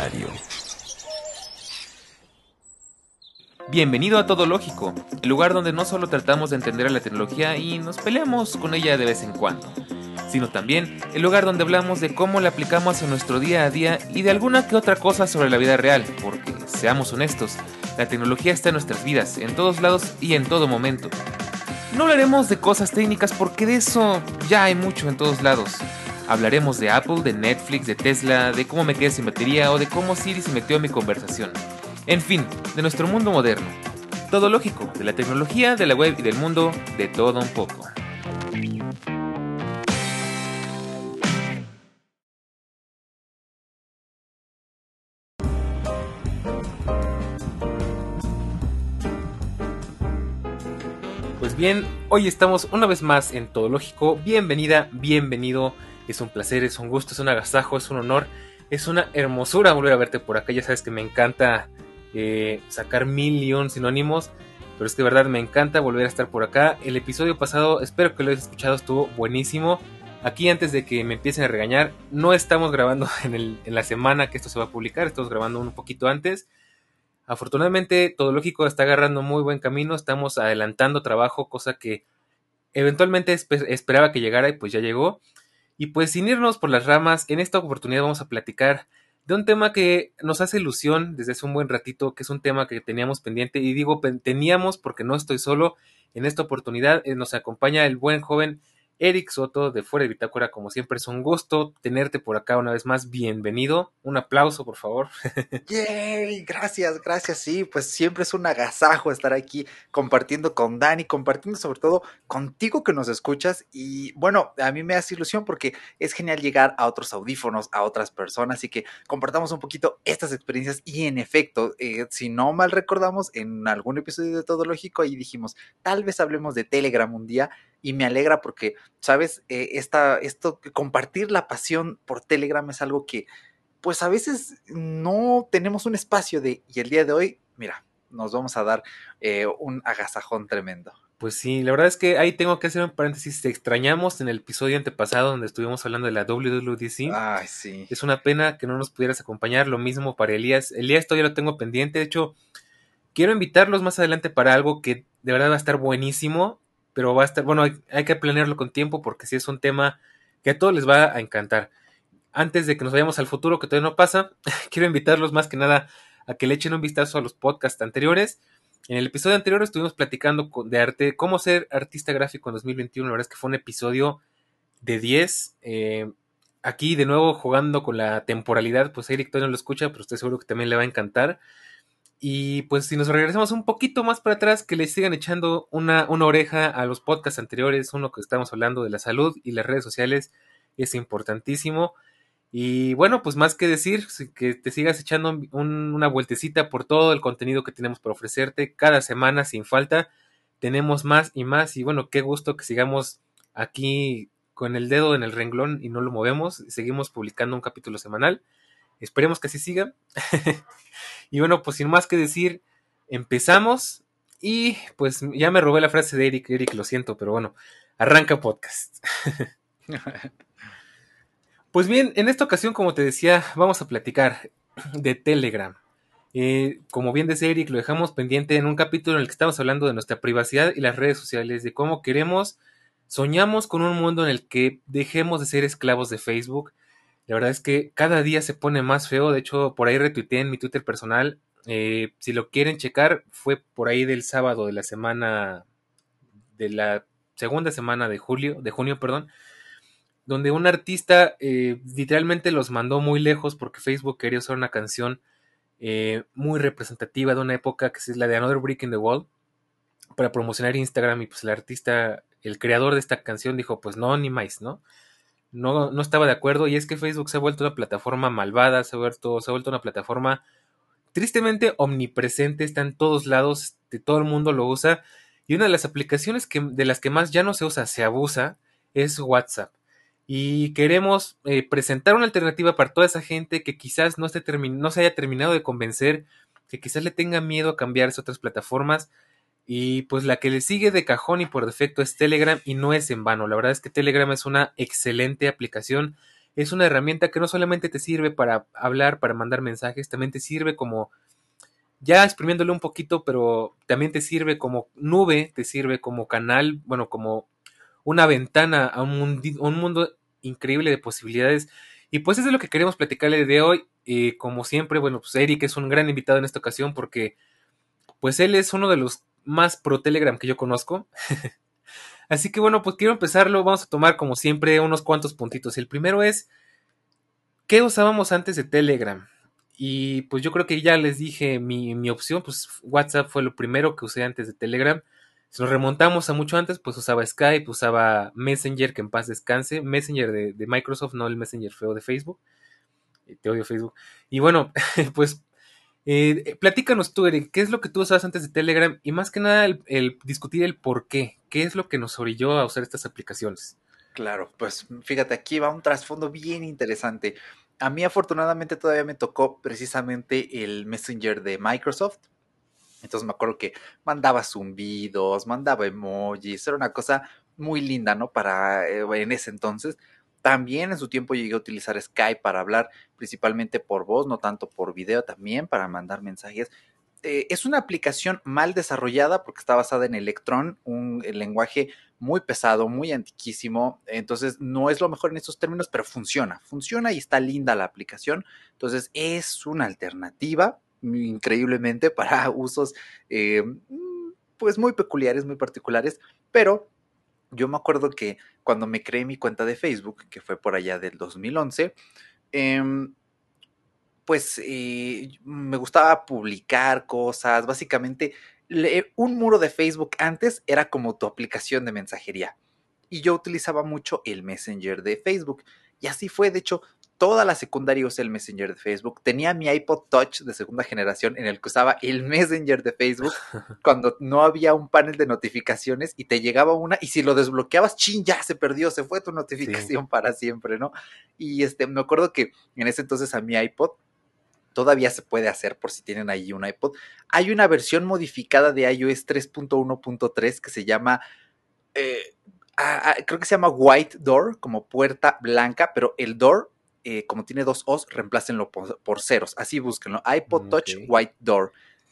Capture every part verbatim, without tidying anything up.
Radio. Bienvenido a Todo Lógico, el lugar donde no solo tratamos de entender a la tecnología y nos peleamos con ella de vez en cuando, sino también el lugar donde hablamos de cómo la aplicamos en nuestro día a día y de alguna que otra cosa sobre la vida real, porque, seamos honestos, la tecnología está en nuestras vidas, en todos lados y en todo momento. No hablaremos de cosas técnicas porque de eso ya hay mucho en todos lados. Hablaremos de Apple, de Netflix, de Tesla, de cómo me quedé sin batería o de cómo Siri se metió en mi conversación. En fin, de nuestro mundo moderno. Todo lógico, de la tecnología, de la web y del mundo, de todo un poco. Pues bien, hoy estamos una vez más en Todo Lógico. Bienvenida, bienvenido. Es un placer, es un gusto, es un agasajo, es un honor, es una hermosura volver a verte por acá. Ya sabes que me encanta eh, sacar mil y un sinónimos, pero es que de verdad me encanta volver a estar por acá. El episodio pasado, espero que lo hayas escuchado, estuvo buenísimo. Aquí, antes de que me empiecen a regañar, no estamos grabando en, el, en la semana que esto se va a publicar, estamos grabando un poquito antes. Afortunadamente, Todo Lógico está agarrando muy buen camino, estamos adelantando trabajo, cosa que eventualmente esper- esperaba que llegara y pues ya llegó. Y pues sin irnos por las ramas, en esta oportunidad vamos a platicar de un tema que nos hace ilusión desde hace un buen ratito, que es un tema que teníamos pendiente, y digo pen- teníamos porque no estoy solo. En esta oportunidad eh, nos acompaña el buen joven Eric Soto de Fuera de Bitácora. Como siempre, es un gusto tenerte por acá una vez más. Bienvenido. Un aplauso, por favor. Yay, gracias, gracias. Sí, pues siempre es un agasajo estar aquí compartiendo con Dani, compartiendo sobre todo contigo que nos escuchas. Y bueno, a mí me hace ilusión porque es genial llegar a otros audífonos, a otras personas y que compartamos un poquito estas experiencias. Y en efecto, eh, si no mal recordamos, en algún episodio de Todo Lógico ahí dijimos, tal vez hablemos de Telegram un día. Y me alegra porque, sabes, eh, esta, esto, compartir la pasión por Telegram es algo que pues a veces no tenemos un espacio de, y el día de hoy, mira, nos vamos a dar eh, un agasajón tremendo. Pues sí, la verdad es que ahí tengo que hacer un paréntesis. Te extrañamos en el episodio antepasado donde estuvimos hablando de la W W D C. Ay, sí. Es una pena que no nos pudieras acompañar. Lo mismo para Elías. Elías todavía lo tengo pendiente. De hecho, quiero invitarlos más adelante para algo que de verdad va a estar buenísimo. Pero va a estar, bueno, hay, hay que planearlo con tiempo porque sí es un tema que a todos les va a encantar. Antes de que nos vayamos al futuro, que todavía no pasa, quiero invitarlos más que nada a que le echen un vistazo a los podcasts anteriores. En el episodio anterior estuvimos platicando de arte, cómo ser artista gráfico en dos mil veintiuno. La verdad es que fue un episodio de diez. Eh, aquí de nuevo jugando con la temporalidad, pues Eric todavía no lo escucha, pero estoy seguro que también le va a encantar. Y pues si nos regresamos un poquito más para atrás, que le sigan echando una, una oreja a los podcasts anteriores, uno que estamos hablando de la salud y las redes sociales, es importantísimo. Y bueno, pues más que decir, que te sigas echando un, una vueltecita por todo el contenido que tenemos para ofrecerte cada semana sin falta. Tenemos más y más y bueno, qué gusto que sigamos aquí con el dedo en el renglón y no lo movemos. Seguimos publicando un capítulo semanal. Esperemos que así siga. Y bueno, pues sin más que decir, empezamos. Y pues ya me robé la frase de Eric, Eric, lo siento, pero bueno, arranca podcast. Pues bien, en esta ocasión, como te decía, vamos a platicar de Telegram. Eh, como bien decía Eric, lo dejamos pendiente en un capítulo en el que estamos hablando de nuestra privacidad y las redes sociales, de cómo queremos, soñamos con un mundo en el que dejemos de ser esclavos de Facebook. La verdad es que cada día se pone más feo. De hecho, por ahí retuiteé en mi Twitter personal. Eh, si lo quieren checar, fue por ahí del sábado de la semana, de la segunda semana de julio, de junio, perdón, donde un artista eh, literalmente los mandó muy lejos porque Facebook quería usar una canción eh, muy representativa de una época que es la de Another Brick in the Wall para promocionar Instagram, y pues el artista, el creador de esta canción dijo pues no, ni más, ¿no? No, no estaba de acuerdo, y es que Facebook se ha vuelto una plataforma malvada, se ha vuelto, se ha vuelto una plataforma tristemente omnipresente, está en todos lados, de todo el mundo lo usa, y una de las aplicaciones que, de las que más ya no se usa, se abusa, es WhatsApp. Y queremos eh, presentar una alternativa para toda esa gente que quizás no, esté termi- no se haya terminado de convencer, que quizás le tenga miedo a cambiarse a otras plataformas. Y pues la que le sigue de cajón y por defecto es Telegram, y no es en vano. La verdad es que Telegram es una excelente aplicación. es una herramienta que no solamente te sirve para hablar, para mandar mensajes, también te sirve como, ya exprimiéndole un poquito, pero también te sirve como nube, te sirve como canal, bueno, como una ventana a un, mundi, a un mundo increíble de posibilidades. Y pues eso es lo que queremos platicarle de hoy. Eh, como siempre, bueno, pues Eric es un gran invitado en esta ocasión porque pues él es uno de los más pro Telegram que yo conozco. Así que bueno, pues quiero empezarlo. Vamos a tomar como siempre unos cuantos puntitos. El primero es, ¿qué usábamos antes de Telegram? Y pues yo creo que ya les dije mi, mi opción, pues WhatsApp fue lo primero que usé antes de Telegram. Si nos remontamos a mucho antes, pues usaba Skype, usaba Messenger, que en paz descanse, Messenger de, de Microsoft, no el Messenger feo de Facebook. Eh, Te odio Facebook. Y bueno, pues eh, platícanos tú, Eric, ¿qué es lo que tú usabas antes de Telegram? Y más que nada el, el discutir el por qué, qué es lo que nos orilló a usar estas aplicaciones. Claro, pues fíjate, aquí va un trasfondo bien interesante. A mí afortunadamente todavía me tocó precisamente el Messenger de Microsoft. Entonces me acuerdo que mandaba zumbidos, mandaba emojis, era una cosa muy linda, ¿no? Para eh, en ese entonces. También en su tiempo llegué a utilizar Skype para hablar principalmente por voz, no tanto por video, también para mandar mensajes. Eh, es una aplicación mal desarrollada porque está basada en Electron, un lenguaje muy pesado, muy antiquísimo, entonces no es lo mejor en estos términos, pero funciona, funciona y está linda la aplicación, entonces es una alternativa increíblemente para usos eh, pues muy peculiares, muy particulares, pero yo me acuerdo que cuando me creé mi cuenta de Facebook, que fue por allá del dos mil once, eh, pues eh, me gustaba publicar cosas, básicamente le, un muro de Facebook antes era como tu aplicación de mensajería y yo utilizaba mucho el Messenger de Facebook y así fue, de hecho, toda la secundaria usé el Messenger de Facebook, tenía mi iPod Touch de segunda generación en el que usaba el Messenger de Facebook cuando no había un panel de notificaciones y te llegaba una y si lo desbloqueabas, chin, ya se perdió, se fue tu Sí. notificación para siempre, ¿no? Y este, me acuerdo que en ese entonces a mi iPod todavía se puede hacer por si tienen ahí un iPod. Hay una versión modificada de iOS tres punto uno punto tres que se llama, eh, ah, ah, creo que se llama White Door, como puerta blanca, pero el door, eh, como tiene dos O's, reemplácenlo por, por ceros. Así búsquenlo. iPod Ok. Touch White Door.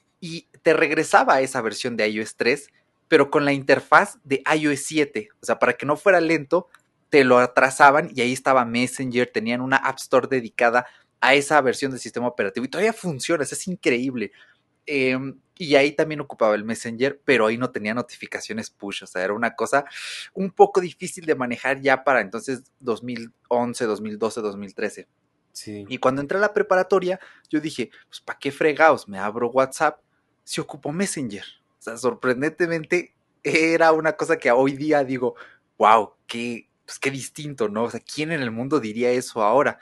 Y te regresaba a esa versión de iOS tres, pero con la interfaz de iOS siete. O sea, para que no fuera lento, te lo atrasaban y ahí estaba Messenger, tenían una App Store dedicada a esa versión del sistema operativo y todavía funciona, es increíble. Eh, y ahí también ocupaba el Messenger, pero ahí no tenía notificaciones push, o sea, era una cosa un poco difícil de manejar ya para entonces dos mil once, dos mil doce, dos mil trece. Sí. Y cuando entré a la preparatoria, yo dije, pues, ¿para qué fregados? Me abro WhatsApp si ocupo Messenger. O sea, sorprendentemente era una cosa que hoy día digo, wow, qué, pues, qué distinto, ¿no? O sea, ¿quién en el mundo diría eso ahora?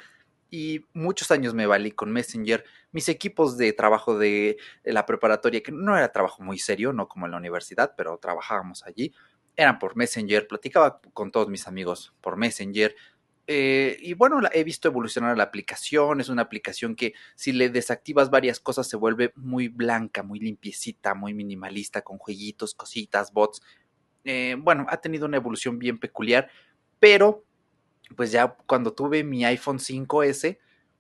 Y muchos años me valí con Messenger. Mis equipos de trabajo de la preparatoria, que no era trabajo muy serio, no como en la universidad, pero trabajábamos allí, eran por Messenger, platicaba con todos mis amigos por Messenger. Eh, y bueno, la, he visto evolucionar la aplicación, es una aplicación que si le desactivas varias cosas se vuelve muy blanca, muy limpiecita, muy minimalista, con jueguitos, cositas, bots. Eh, bueno, ha tenido una evolución bien peculiar, pero pues ya cuando tuve mi iPhone cinco ese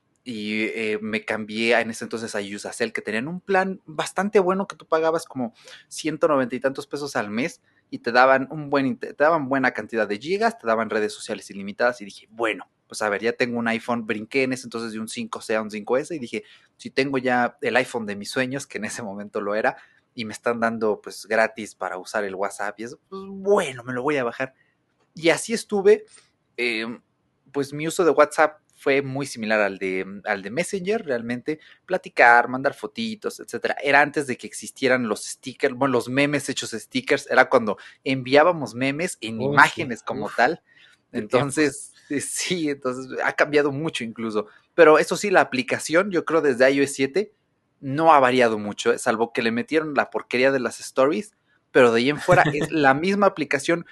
y eh, me cambié en ese entonces a Usacell, que tenían un plan bastante bueno que tú pagabas como ciento noventa y tantos pesos al mes y te daban un buen, te daban buena cantidad de gigas, te daban redes sociales ilimitadas y dije, bueno, pues a ver, ya tengo un iPhone, brinqué en ese entonces de un cinco C a un cinco S y dije, si tengo ya el iPhone de mis sueños, que en ese momento lo era, y me están dando pues gratis para usar el WhatsApp y eso, pues bueno, me lo voy a bajar. Y así estuve, eh, pues mi uso de WhatsApp fue muy similar al de, al de Messenger, realmente, platicar, mandar fotitos, etcétera. Era antes de que existieran los stickers, bueno, los memes hechos stickers, era cuando enviábamos memes en Oh, sí. imágenes como Uf, tal. qué tiempos. Entonces, eh, sí, entonces ha cambiado mucho incluso. Pero eso sí, la aplicación, yo creo desde iOS siete no ha variado mucho, eh, salvo que le metieron la porquería de las stories, pero de ahí en fuera es la misma aplicación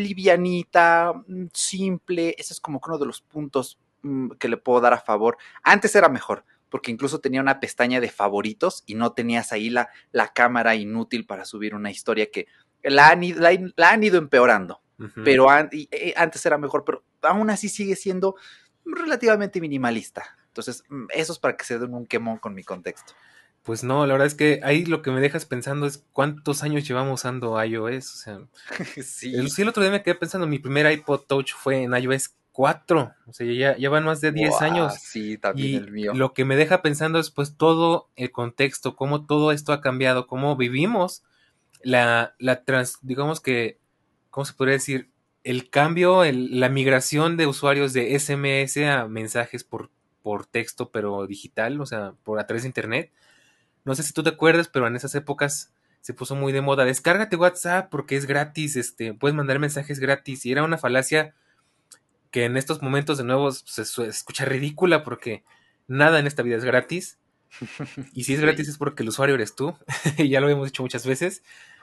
livianita, simple. Ese es como que uno de los puntos mmm, que le puedo dar a favor. Antes era mejor, porque incluso tenía una pestaña de favoritos y no tenías ahí la, la cámara inútil para subir una historia que la han, la, la han ido empeorando. Ujú. Pero an, y, eh, antes era mejor, pero aún así sigue siendo relativamente minimalista. Entonces, eso es para que se den un quemón con mi contexto. Pues no, la verdad es que ahí lo que me dejas pensando es cuántos años llevamos usando iOS. O sea, el, Sí. sí, el otro día me quedé pensando, mi primer iPod Touch fue en iOS cuatro. O sea, ya, ya van más de diez Wow, años. sí, también Y el mío. lo que me deja pensando es pues todo el contexto, cómo todo esto ha cambiado, cómo vivimos la, la trans, digamos que, ¿cómo se podría decir? El cambio, el, la migración de usuarios de S M S a mensajes por, por texto, pero digital, o sea, por a través de internet. No sé si tú te acuerdas, pero en esas épocas se puso muy de moda. Descárgate WhatsApp porque es gratis, este, puedes mandar mensajes gratis. Y era una falacia que en estos momentos de nuevo se, se escucha ridícula porque nada en esta vida es gratis. Y si es gratis Sí. es porque el usuario eres tú. Y ya lo hemos dicho muchas veces.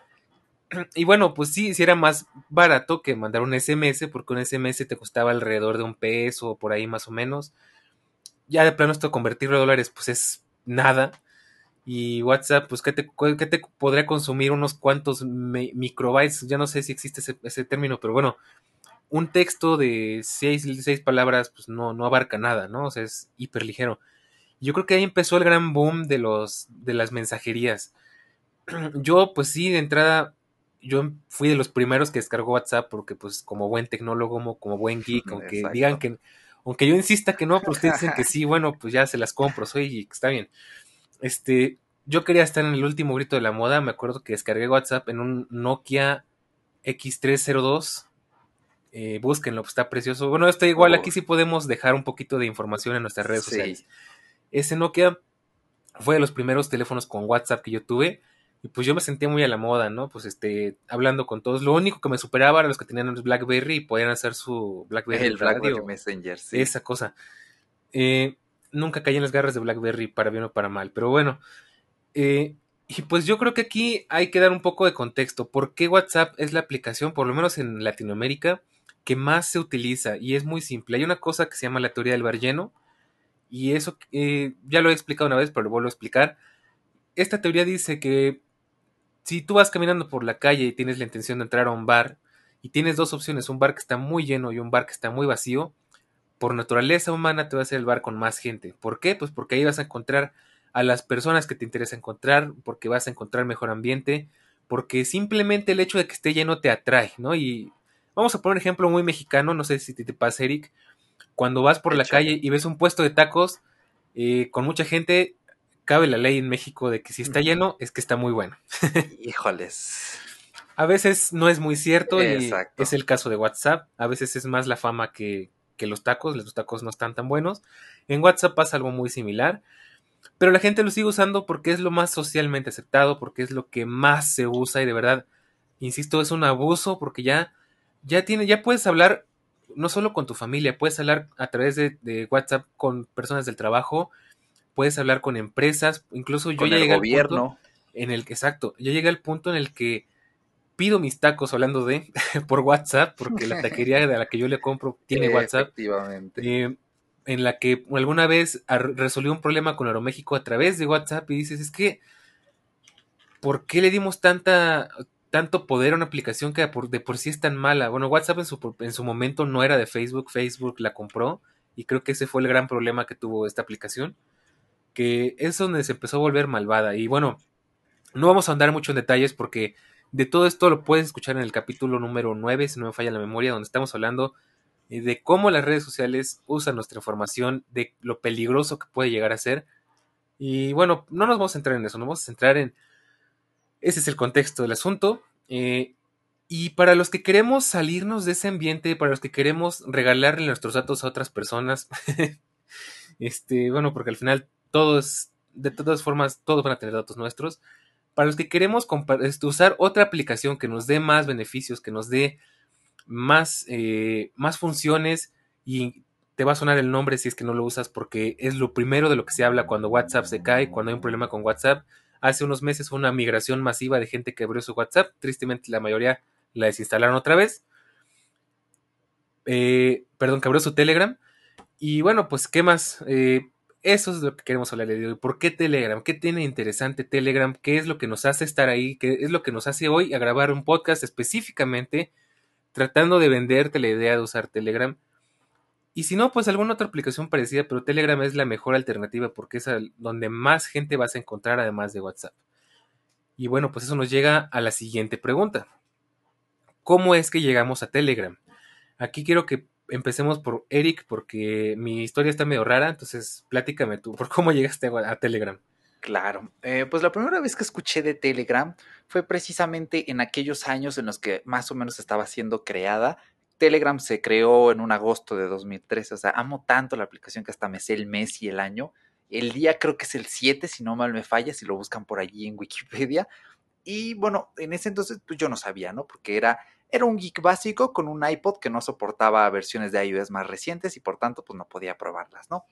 Y bueno, pues sí, sí era más barato que mandar un S M S, porque un S M S te costaba alrededor de un peso, por ahí más o menos. Ya de plano esto convertirlo a dólares, pues es nada. Y WhatsApp, pues, ¿qué te, qué te podría consumir? Unos cuantos me, microbytes, ya no sé si existe ese, ese, término, pero bueno, un texto de seis, seis palabras, pues no, no abarca nada, ¿no? O sea, es hiper ligero. Yo creo que ahí empezó el gran boom de los, de las mensajerías. Yo, pues sí, de entrada, yo fui de los primeros que descargó WhatsApp porque, pues, como buen tecnólogo, como, como buen geek, aunque digan Exacto. que, aunque yo insista que no, pero ustedes dicen que sí, bueno, pues ya se las compro, soy geek, está bien. Este, yo quería estar en el último grito de la moda, me acuerdo que descargué WhatsApp en un Nokia X trescientos cero dos, eh, búsquenlo, pues está precioso. Bueno, está igual, aquí Uf, sí podemos dejar un poquito de información en nuestras redes sí. sociales. Ese Nokia fue de los primeros teléfonos con WhatsApp que yo tuve. Y pues yo me sentía muy a la moda, ¿no? Pues este, hablando con todos. Lo único que me superaba era los que tenían el BlackBerry y podían hacer su BlackBerry El BlackBerry Radio, Messenger, sí. esa cosa. Eh, nunca caí en las garras de BlackBerry para bien o para mal, pero bueno. Eh, y pues yo creo que aquí hay que dar un poco de contexto. ¿Por qué WhatsApp es la aplicación, por lo menos en Latinoamérica, que más se utiliza? Y es muy simple. Hay una cosa que se llama la teoría del bar lleno. Y eso eh, ya lo he explicado una vez, pero lo vuelvo a explicar. Esta teoría dice que si tú vas caminando por la calle y tienes la intención de entrar a un bar y tienes dos opciones, un bar que está muy lleno y un bar que está muy vacío, por naturaleza humana te va a ser el bar con más gente. ¿Por qué? Pues porque ahí vas a encontrar a las personas que te interesa encontrar, porque vas a encontrar mejor ambiente, porque simplemente el hecho de que esté lleno te atrae, ¿no? Y vamos a poner un ejemplo muy mexicano, no sé si te pasa, Eric, cuando vas por la Échale. calle y ves un puesto de tacos eh, con mucha gente, cabe la ley en México de que si está lleno es que está muy bueno. Híjoles. A veces no es muy cierto y es Exacto. el caso de WhatsApp. A veces es más la fama que, que los tacos. Los tacos no están tan buenos. En WhatsApp pasa algo muy similar. Pero la gente lo sigue usando porque es lo más socialmente aceptado, porque es lo que más se usa y de verdad, insisto, es un abuso porque ya, ya tiene, ya puedes hablar no solo con tu familia, puedes hablar a través de, de WhatsApp con personas del trabajo, puedes hablar con empresas, incluso yo Con ya el llegué al punto gobierno. en el que, exacto, yo llegué al punto en el que pido mis tacos hablando de por WhatsApp, porque la taquería de la que yo le compro tiene WhatsApp, Efectivamente. eh, en la que alguna vez resolvió un problema con Aeroméxico a través de WhatsApp y dices, es que, ¿por qué le dimos tanta tanto poder a una aplicación que de por, de por sí es tan mala? Bueno, WhatsApp en su, en su momento no era de Facebook, Facebook la compró y creo que ese fue el gran problema que tuvo esta aplicación, que es donde se empezó a volver malvada. Y bueno, no vamos a andar mucho en detalles porque de todo esto lo puedes escuchar en el capítulo número nueve, si no me falla la memoria, donde estamos hablando de cómo las redes sociales usan nuestra información, de lo peligroso que puede llegar a ser. Y bueno, no nos vamos a centrar en eso, nos vamos a centrar en... Ese es el contexto del asunto. Eh, y para los que queremos salirnos de ese ambiente, para los que queremos regalarle nuestros datos a otras personas, este, bueno, porque al final todos, de todas formas, todos van a tener datos nuestros. Para los que queremos este, usar otra aplicación que nos dé más beneficios, que nos dé más, eh, más funciones y te va a sonar el nombre si es que no lo usas porque es lo primero de lo que se habla cuando WhatsApp se cae, cuando hay un problema con WhatsApp. Hace unos meses fue una migración masiva de gente que abrió su WhatsApp, tristemente la mayoría la desinstalaron otra vez, eh, perdón, que abrió su Telegram y bueno, pues qué más, eh, eso es lo que queremos hablar de hoy. ¿Por qué Telegram? ¿Qué tiene interesante Telegram? ¿Qué es lo que nos hace estar ahí? ¿Qué es lo que nos hace hoy a grabar un podcast específicamente tratando de venderte la idea de usar Telegram? Y si no, pues alguna otra aplicación parecida, pero Telegram es la mejor alternativa porque es al- donde más gente vas a encontrar además de WhatsApp. Y bueno, pues eso nos llega a la siguiente pregunta. ¿Cómo es que llegamos a Telegram? Aquí quiero que empecemos por Eric porque mi historia está medio rara, entonces platícame tú, ¿por cómo llegaste a, a Telegram? Claro, eh, pues la primera vez que escuché de Telegram fue precisamente en aquellos años en los que más o menos estaba siendo creada. Telegram se creó en un agosto de dos mil trece, o sea, amo tanto la aplicación que hasta me sé el mes y el año. El día creo que es el siete, si no mal me falla, si lo buscan por allí en Wikipedia. Y bueno, en ese entonces pues yo no sabía, ¿no? Porque era, era un geek básico con un iPod que no soportaba versiones de iOS más recientes y por tanto pues no podía probarlas, ¿no?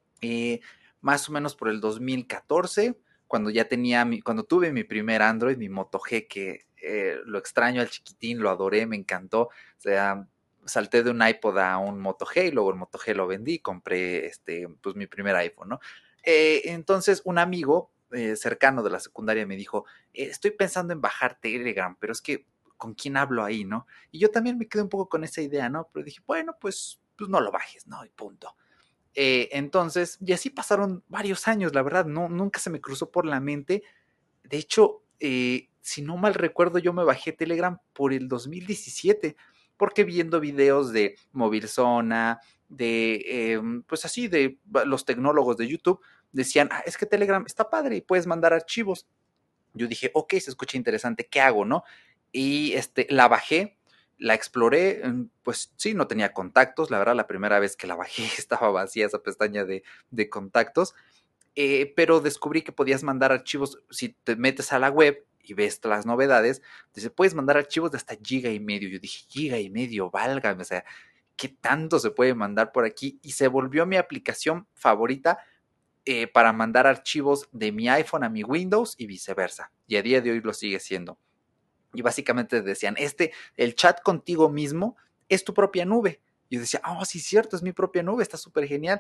Eh, Más o menos por el dos mil catorce, cuando ya tenía, mi, cuando tuve mi primer Android, mi Moto G, que eh, lo extraño al chiquitín, lo adoré, me encantó. O sea, salté de un iPod a un Moto G y luego el Moto G lo vendí y compré este, pues mi primer iPhone, ¿no? Eh, entonces, un amigo eh, cercano de la secundaria me dijo, eh, estoy pensando en bajar Telegram, pero es que, ¿con quién hablo ahí, no? Y yo también me quedé un poco con esa idea, ¿no? Pero dije, bueno, pues, pues no lo bajes, ¿no? Y punto. Eh, entonces, y así pasaron varios años, la verdad, no, nunca se me cruzó por la mente. De hecho, eh, si no mal recuerdo, yo me bajé Telegram por el dos mil diecisiete, porque viendo videos de Movilzona, de, eh, pues así, de los tecnólogos de YouTube, decían, ah, es que Telegram está padre y puedes mandar archivos. Yo dije, ok, se escucha interesante, ¿qué hago, no? Y este, la bajé, la exploré, pues sí, no tenía contactos, la verdad, la primera vez que la bajé estaba vacía esa pestaña de, de contactos, eh, pero descubrí que podías mandar archivos, si te metes a la web y ves las novedades, dice, puedes mandar archivos de hasta giga y medio. Yo dije, giga y medio, válgame, o sea, ¿qué tanto se puede mandar por aquí? Y se volvió mi aplicación favorita eh, para mandar archivos de mi iPhone a mi Windows y viceversa. Y a día de hoy lo sigue siendo. Y básicamente decían, este, el chat contigo mismo es tu propia nube. Y yo decía, oh, sí, cierto, es mi propia nube, está súper genial.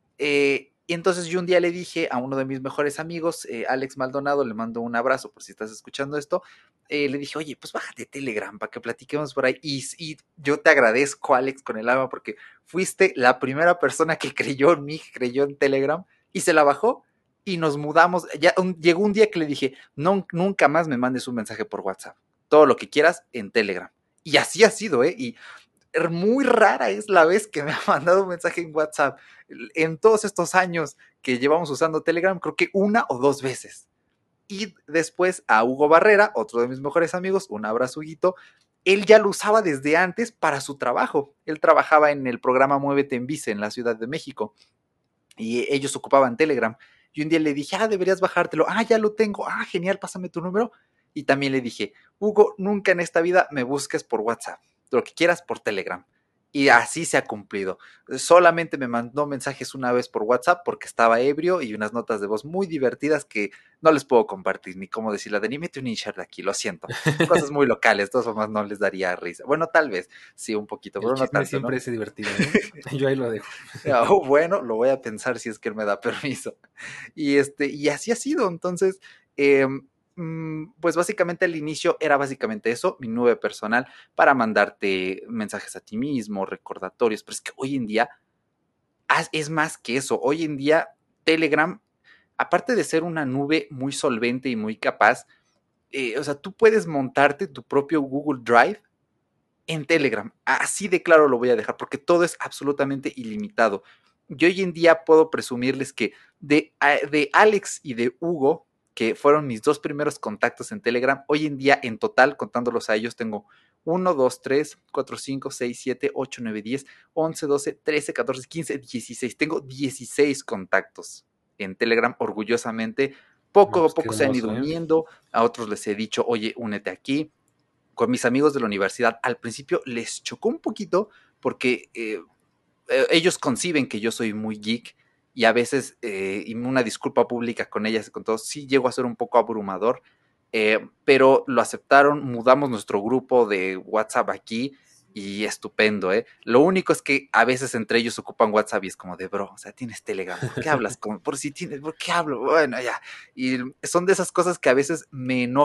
Eh, y entonces yo un día le dije a uno de mis mejores amigos, eh, Alex Maldonado, le mando un abrazo por si estás escuchando esto, eh, le dije, oye, pues bájate Telegram para que platiquemos por ahí. Y, y, yo te agradezco, Alex, con el alma, porque fuiste la primera persona que creyó en mí, que creyó en Telegram, y se la bajó y nos mudamos. Ya un, llegó un día que le dije, no, nunca más me mandes un mensaje por WhatsApp, todo lo que quieras en Telegram. Y así ha sido, ¿eh? Y muy rara es la vez que me ha mandado un mensaje en WhatsApp. En todos estos años que llevamos usando Telegram, creo que una o dos veces. Y después a Hugo Barrera, otro de mis mejores amigos, un abrazo, Huguito, él ya lo usaba desde antes para su trabajo. Él trabajaba en el programa Muévete en Vice en la Ciudad de México y ellos ocupaban Telegram. Y un día le dije, ah, deberías bajártelo. Ah, ya lo tengo. Ah, genial, pásame tu número. Y también le dije, Hugo, nunca en esta vida me busques por WhatsApp. Lo que quieras por Telegram. Y así se ha cumplido. Solamente me mandó mensajes una vez por WhatsApp porque estaba ebrio y unas notas de voz muy divertidas que no les puedo compartir, ni cómo decirla de ni mete un insert de aquí, lo siento. Cosas muy locales, de todas formas no les daría risa. Bueno, tal vez, sí, un poquito, El pero no chisme tanto, siempre ¿no? es divertido, ¿no? Yo ahí lo dejo. Oh, bueno, lo voy a pensar si es que él me da permiso. Y, este, y así ha sido. Entonces, eh, pues básicamente al inicio era básicamente eso, mi nube personal para mandarte mensajes a ti mismo, recordatorios, pero es que hoy en día es más que eso. Hoy en día Telegram, aparte de ser una nube muy solvente y muy capaz, eh, o sea, tú puedes montarte tu propio Google Drive en Telegram. Así de claro lo voy a dejar, porque todo es absolutamente ilimitado. Yo hoy en día puedo presumirles que de, de Alex y de Hugo, que fueron mis dos primeros contactos en Telegram, hoy en día en total, contándolos a ellos, tengo uno, dos, tres, cuatro, cinco, seis, siete, ocho, nueve, diez, once, doce, trece, catorce, quince, dieciséis. Tengo dieciséis contactos en Telegram, orgullosamente. No, Poco a pues qué poco se han ido hermoso, ¿eh? uniendo, a otros les he dicho, oye, únete aquí. Con mis amigos de la universidad, al principio les chocó un poquito porque eh, eh, ellos conciben que yo soy muy geek y a veces, eh, y una disculpa pública con ellas y con todos, sí llego a ser un poco abrumador, eh, pero lo aceptaron, mudamos nuestro grupo de WhatsApp aquí y estupendo, ¿eh? Lo único es que a veces entre ellos ocupan WhatsApp y es como de, bro, o sea, tienes Telegram, ¿por qué hablas? Como, por si tienes, ¿por qué hablo? Bueno, ya. Y son de esas cosas que a veces me enojan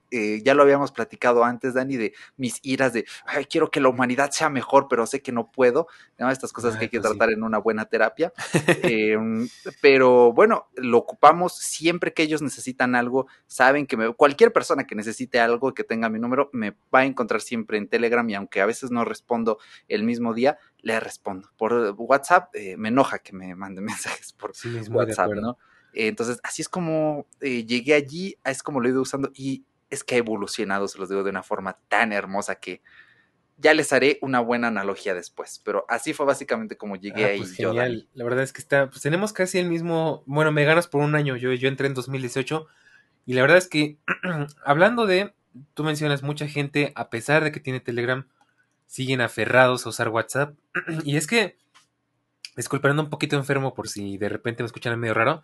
eh, ya lo habíamos platicado antes, Dani, de mis iras de, ay, quiero que la humanidad sea mejor, pero sé que no puedo, ¿no? Estas cosas que Ay, hay que pues sí. tratar en una buena terapia. Eh, pero bueno, lo ocupamos siempre que ellos necesitan algo, saben que me, cualquier persona que necesite algo, que tenga mi número, me va a encontrar siempre en Telegram y aunque a veces no respondo el mismo día, le respondo. Por WhatsApp eh, me enoja que me manden mensajes por Sí, es muy de WhatsApp, acuerdo. ¿no? Eh, entonces, así es como eh, llegué allí, es como lo he ido usando y es que ha evolucionado, se los digo, de una forma tan hermosa que ya les haré una buena analogía después, pero así fue básicamente como llegué Ah, pues ahí yo, Dani. genial. La verdad es que está, pues tenemos casi el mismo, bueno, me ganas por un año. Yo, yo entré en dos mil dieciocho y la verdad es que hablando de, tú mencionas mucha gente, a pesar de que tiene Telegram, siguen aferrados a usar WhatsApp. Y es que, disculpando un poquito enfermo por si de repente me escuchan medio raro,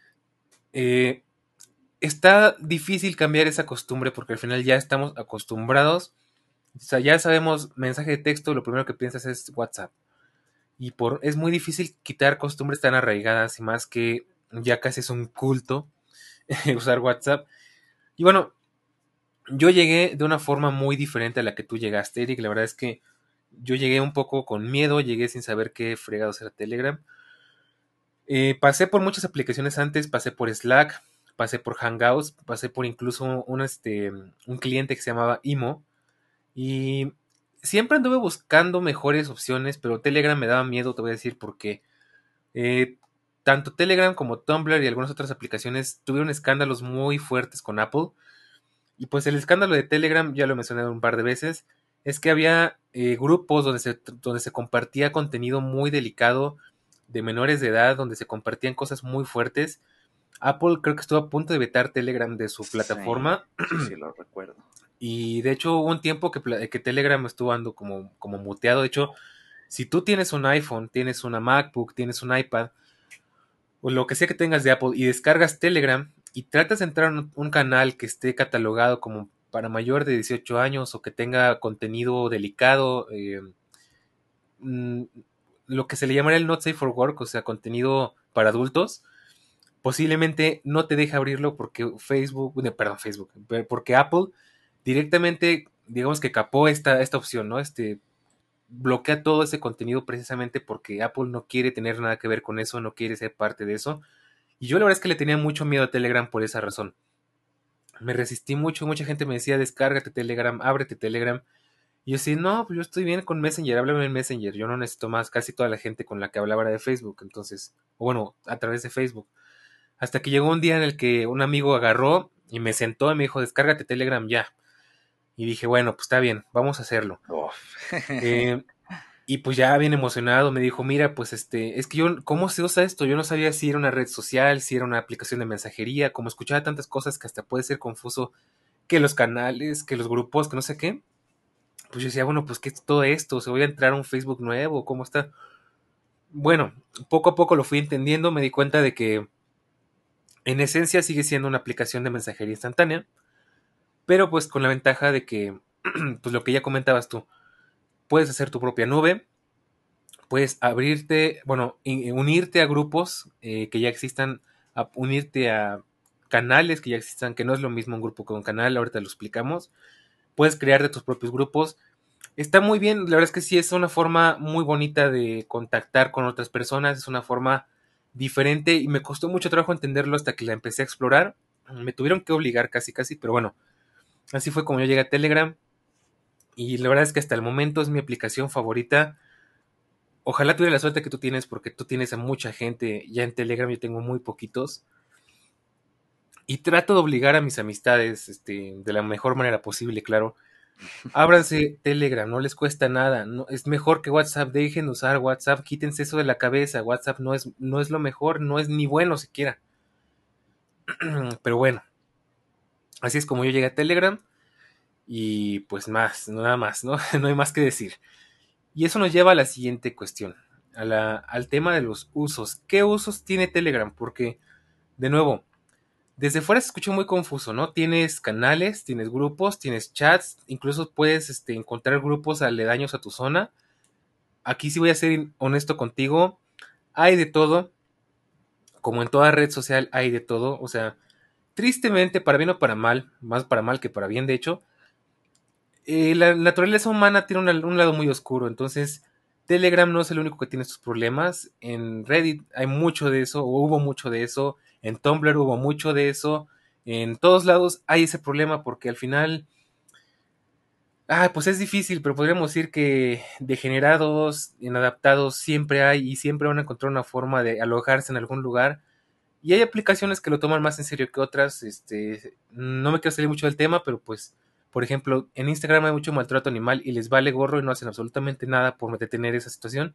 eh, está difícil cambiar esa costumbre porque al final ya estamos acostumbrados. O sea, ya sabemos mensaje de texto, lo primero que piensas es WhatsApp. Y por, es muy difícil quitar costumbres tan arraigadas y más que ya casi es un culto usar WhatsApp. Y bueno, yo llegué de una forma muy diferente a la que tú llegaste, Eric. La verdad es que yo llegué un poco con miedo, llegué sin saber qué fregados era Telegram. Eh, pasé por muchas aplicaciones antes, pasé por Slack, pasé por Hangouts, pasé por incluso un, este, un cliente que se llamaba Imo. Y siempre anduve buscando mejores opciones, pero Telegram me daba miedo, te voy a decir, porque eh, tanto Telegram como Tumblr y algunas otras aplicaciones tuvieron escándalos muy fuertes con Apple. Y pues el escándalo de Telegram, ya lo he mencionado un par de veces, es que había eh, grupos donde se, donde se compartía contenido muy delicado de menores de edad, donde se compartían cosas muy fuertes. Apple creo que estuvo a punto de vetar Telegram de su Sí, plataforma. sí, sí, lo recuerdo. Y de hecho hubo un tiempo que, que Telegram estuvo ando como, como muteado. De hecho, si tú tienes un iPhone, tienes una MacBook, tienes un iPad, o lo que sea que tengas de Apple, y descargas Telegram y tratas de entrar a un, un canal que esté catalogado como para mayor de dieciocho años o que tenga contenido delicado, eh, mm, lo que se le llamaría el Not Safe for Work, o sea, contenido para adultos, posiblemente no te deja abrirlo porque Facebook, eh, perdón, Facebook, porque Apple directamente, digamos que capó esta, esta opción, ¿no? Este, bloquea todo ese contenido precisamente porque Apple no quiere tener nada que ver con eso, no quiere ser parte de eso. Y yo la verdad es que le tenía mucho miedo a Telegram por esa razón. Me resistí mucho, mucha gente me decía, descárgate Telegram, ábrete Telegram. Y yo decía, no, pues yo estoy bien con Messenger, háblame en Messenger, yo no necesito más, casi toda la gente con la que hablaba era de Facebook, entonces, o bueno, a través de Facebook. Hasta que llegó un día en el que un amigo agarró y me sentó y me dijo, descárgate Telegram ya. Y dije, bueno, pues está bien, vamos a hacerlo. Uf. Eh, Y pues ya bien emocionado me dijo, mira, pues este, es que yo, ¿cómo se usa esto? Yo no sabía si era una red social, si era una aplicación de mensajería, como escuchaba tantas cosas que hasta puede ser confuso, que los canales, que los grupos, que no sé qué. Pues yo decía, bueno, pues ¿qué es todo esto? ¿Se voy a entrar a un Facebook nuevo? ¿Cómo está? Bueno, poco a poco lo fui entendiendo, me di cuenta de que en esencia sigue siendo una aplicación de mensajería instantánea, pero pues con la ventaja de que, pues lo que ya comentabas tú, puedes hacer tu propia nube, puedes abrirte, bueno, unirte a grupos eh, que ya existan, a unirte a canales que ya existan, que no es lo mismo un grupo que un canal, ahorita lo explicamos. Puedes crear de tus propios grupos. Está muy bien, la verdad es que sí, es una forma muy bonita de contactar con otras personas, es una forma diferente y me costó mucho trabajo entenderlo hasta que la empecé a explorar. Me tuvieron que obligar casi, casi, pero bueno, así fue como yo llegué a Telegram y la verdad es que hasta el momento es mi aplicación favorita. Ojalá tuviera la suerte que tú tienes, porque tú tienes a mucha gente. Ya en Telegram yo tengo muy poquitos. Y trato de obligar a mis amistades, este, de la mejor manera posible, claro. Ábranse Telegram, no les cuesta nada. No, es mejor que WhatsApp. Dejen de usar WhatsApp, quítense eso de la cabeza. WhatsApp no es, no es lo mejor, no es ni bueno siquiera. Pero bueno, así es como yo llegué a Telegram. Y pues más, nada más, ¿no? No hay más que decir. Y eso nos lleva a la siguiente cuestión, a la, al tema de los usos. ¿Qué usos tiene Telegram? Porque, de nuevo, desde fuera se escucha muy confuso, ¿no? Tienes canales, tienes grupos, tienes chats, incluso puedes este, encontrar grupos aledaños a tu zona. Aquí sí voy a ser honesto contigo, hay de todo, como en toda red social hay de todo, o sea, tristemente, para bien o para mal, más para mal que para bien, de hecho, eh, la naturaleza humana tiene una- un lado muy oscuro, entonces Telegram no es el único que tiene estos problemas. En Reddit hay mucho de eso, o hubo mucho de eso, en Tumblr hubo mucho de eso, en todos lados hay ese problema porque al final, ah, pues es difícil, pero podríamos decir que degenerados, inadaptados siempre hay y siempre van a encontrar una forma de alojarse en algún lugar. Y hay aplicaciones que lo toman más en serio que otras. Este, no me quiero salir mucho del tema, pero pues, por ejemplo, en Instagram hay mucho maltrato animal y les vale gorro y no hacen absolutamente nada por detener esa situación.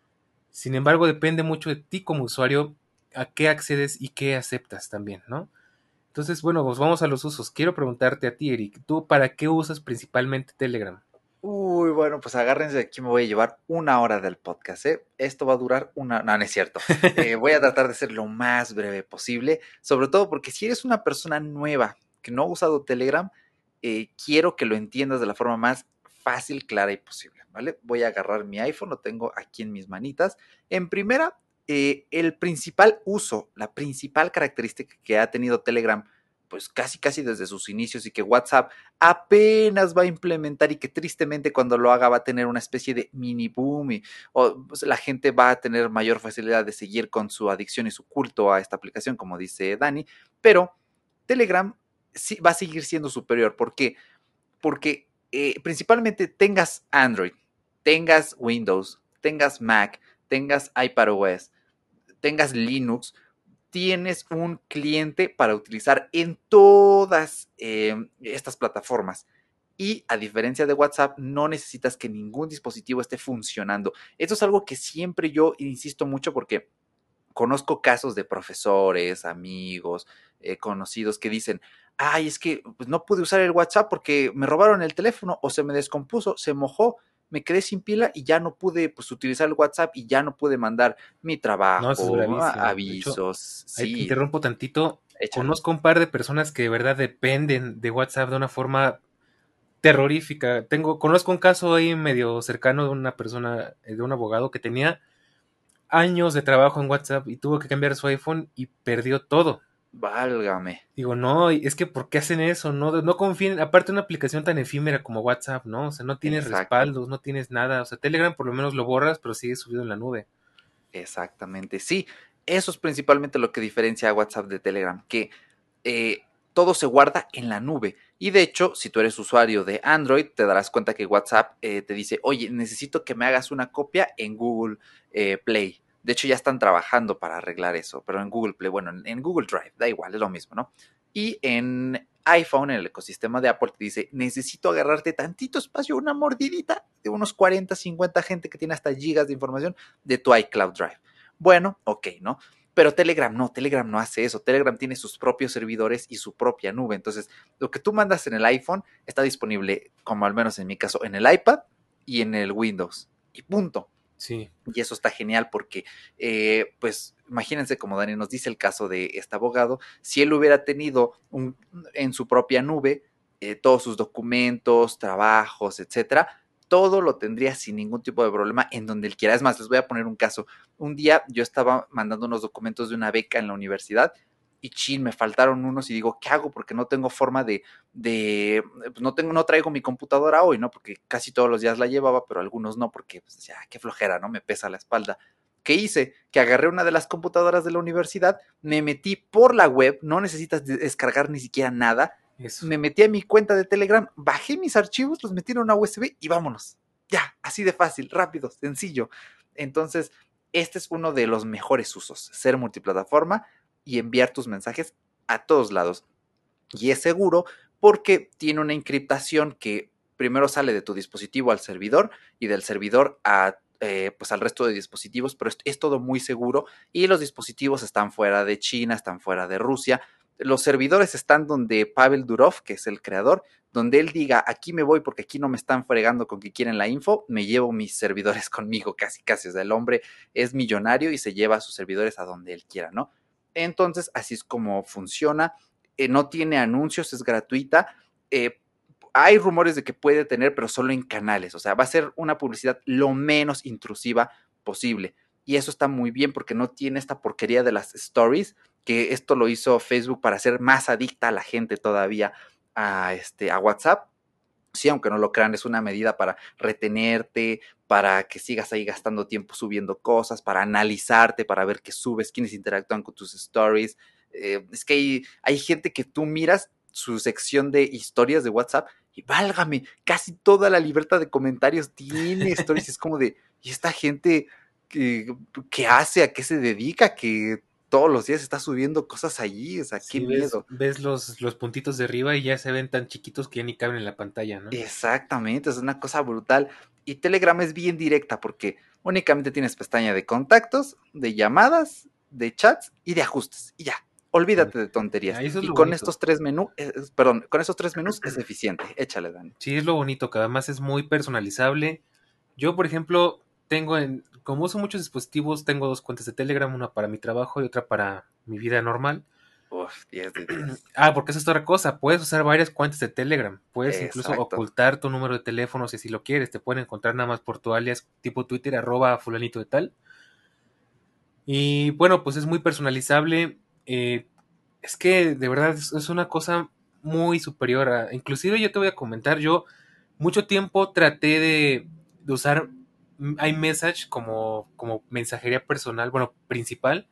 Sin embargo, depende mucho de ti como usuario a qué accedes y qué aceptas también, ¿no? Entonces, bueno, pues vamos a los usos. Quiero preguntarte a ti, Eric, ¿tú para qué usas principalmente Telegram? Uy, bueno, pues agárrense, aquí me voy a llevar una hora del podcast, ¿eh? Esto va a durar una... No, no es cierto. Eh, voy a tratar de ser lo más breve posible, sobre todo porque si eres una persona nueva que no ha usado Telegram, eh, quiero que lo entiendas de la forma más fácil, clara y posible, ¿vale? Voy a agarrar mi iPhone, lo tengo aquí en mis manitas. En primera, eh, el principal uso, la principal característica que ha tenido Telegram, pues casi casi desde sus inicios y que WhatsApp apenas va a implementar y que tristemente cuando lo haga va a tener una especie de mini boom y o, pues, la gente va a tener mayor facilidad de seguir con su adicción y su culto a esta aplicación, como dice Dani, pero Telegram sí va a seguir siendo superior. ¿Por qué? Porque eh, principalmente tengas Android, tengas Windows, tengas Mac, tengas iPadOS, tengas Linux, tienes un cliente para utilizar en todas eh, estas plataformas. Y a diferencia de WhatsApp, no necesitas que ningún dispositivo esté funcionando. Esto es algo que siempre yo insisto mucho porque conozco casos de profesores, amigos, eh, conocidos que dicen, ay, es que pues, no pude usar el WhatsApp porque me robaron el teléfono o se me descompuso, se mojó, me quedé sin pila y ya no pude pues, utilizar el WhatsApp y ya no pude mandar mi No, eso es trabajo, gravísimo. De hecho, avisos, ahí te sí, interrumpo tantito. échale. Conozco un par de personas que de verdad dependen de WhatsApp de una forma terrorífica. Tengo, conozco un caso ahí medio cercano de una persona, eh, de un abogado que tenía años de trabajo en WhatsApp y tuvo que cambiar su iPhone y perdió todo. Válgame. Digo, no, es que ¿por qué hacen eso? No, no confíen, aparte de una aplicación tan efímera como WhatsApp, ¿no? O sea, no tienes Exacto, respaldos, no tienes nada. O sea, Telegram por lo menos lo borras, pero sigue subido en la nube. exactamente. Sí, eso es principalmente lo que diferencia a WhatsApp de Telegram, que eh, todo se guarda en la nube. Y de hecho, si tú eres usuario de Android, te darás cuenta que WhatsApp eh, te dice, oye, necesito que me hagas una copia en Google eh, Play. De hecho, ya están trabajando para arreglar eso, pero en Google Play, bueno, en, en Google Drive, da igual, es lo mismo, ¿no? Y en iPhone, en el ecosistema de Apple, te dice, necesito agarrarte tantito espacio, una mordidita de unos cuarenta, cincuenta gente que tiene hasta gigas de información de tu iCloud Drive. Bueno, ok, ¿no? Pero Telegram no, Telegram no hace eso. Telegram tiene sus propios servidores y su propia nube. Entonces, lo que tú mandas en el iPhone está disponible, como al menos en mi caso, en el iPad y en el Windows. Y punto. Sí. Y eso está genial porque, eh, pues, imagínense como Dani nos dice el caso de este abogado, si él hubiera tenido un, en su propia nube eh, todos sus documentos, trabajos, etcétera, todo lo tendría sin ningún tipo de problema en donde él quiera. Es más, les voy a poner un caso. Un día yo estaba mandando unos documentos de una beca en la universidad y chin, me faltaron unos y digo, ¿qué hago? Porque no tengo forma de, de pues no tengo, no traigo mi computadora hoy, ¿no? Porque casi todos los días la llevaba, pero algunos no, porque pues ya, qué flojera, ¿no? Me pesa la espalda. ¿Qué hice? Que agarré una de las computadoras de la universidad, me metí por la web, no necesitas descargar ni siquiera nada, Eso. me metí a mi cuenta de Telegram, bajé mis archivos, los metí en una U S B y vámonos. Ya, así de fácil, rápido, sencillo. Entonces, este es uno de los mejores usos, ser multiplataforma y enviar tus mensajes a todos lados. Y es seguro porque tiene una encriptación que primero sale de tu dispositivo al servidor y del servidor a eh, pues al resto de dispositivos, pero es, es, todo muy seguro y los dispositivos están fuera de China, están fuera de Rusia. Los servidores están donde Pavel Durov, que es el creador, donde él diga, aquí me voy porque aquí no me están fregando con que quieren la info, me llevo mis servidores conmigo, casi, casi. O sea, el hombre es millonario y se lleva a sus servidores a donde él quiera, ¿no? Entonces, así es como funciona. Eh, no tiene anuncios, es gratuita. Eh, hay rumores de que puede tener, pero solo en canales. O sea, va a ser una publicidad lo menos intrusiva posible. Y eso está muy bien porque no tiene esta porquería de las stories que esto lo hizo Facebook para hacer más adicta a la gente todavía a, este, a WhatsApp. Sí, aunque no lo crean, es una medida para retenerte, para que sigas ahí gastando tiempo subiendo cosas, para analizarte, para ver qué subes, quiénes interactúan con tus stories. Eh, es que hay, hay gente que tú miras su sección de historias de WhatsApp y válgame, casi toda la libertad de comentarios tiene stories. Es como de, ¿y esta gente qué, qué hace? ¿A qué se dedica? Que todos los días está subiendo cosas allí, o sea, qué Sí, ves, miedo. ves los, los puntitos de arriba y ya se ven tan chiquitos que ya ni caben en la pantalla, ¿no? Exactamente, es una cosa brutal. Y Telegram es bien directa porque únicamente tienes pestaña de contactos, de llamadas, de chats y de ajustes. Y ya, Sí. olvídate de tonterías. Ahí eso es Y lo con bonito. estos tres menús, eh, perdón, con estos tres menús es eficiente. Échale, Dani. Sí, es lo bonito, que además es muy personalizable. Yo, por ejemplo, tengo en, como uso muchos dispositivos, tengo dos cuentas de Telegram, una para mi trabajo y otra para mi vida normal. Uf, diez de diez. Ah, porque esa es otra cosa, puedes usar varias cuentas de Telegram, puedes incluso Exacto. ocultar tu número de teléfono si así lo quieres, te pueden encontrar nada más por tu alias tipo Twitter, arroba fulanito de tal. Y bueno, pues es muy personalizable. eh, es que de verdad es, es una cosa muy superior a... Inclusive yo te voy a comentar, yo mucho tiempo traté de, de usar iMessage como, como mensajería personal, bueno, principal,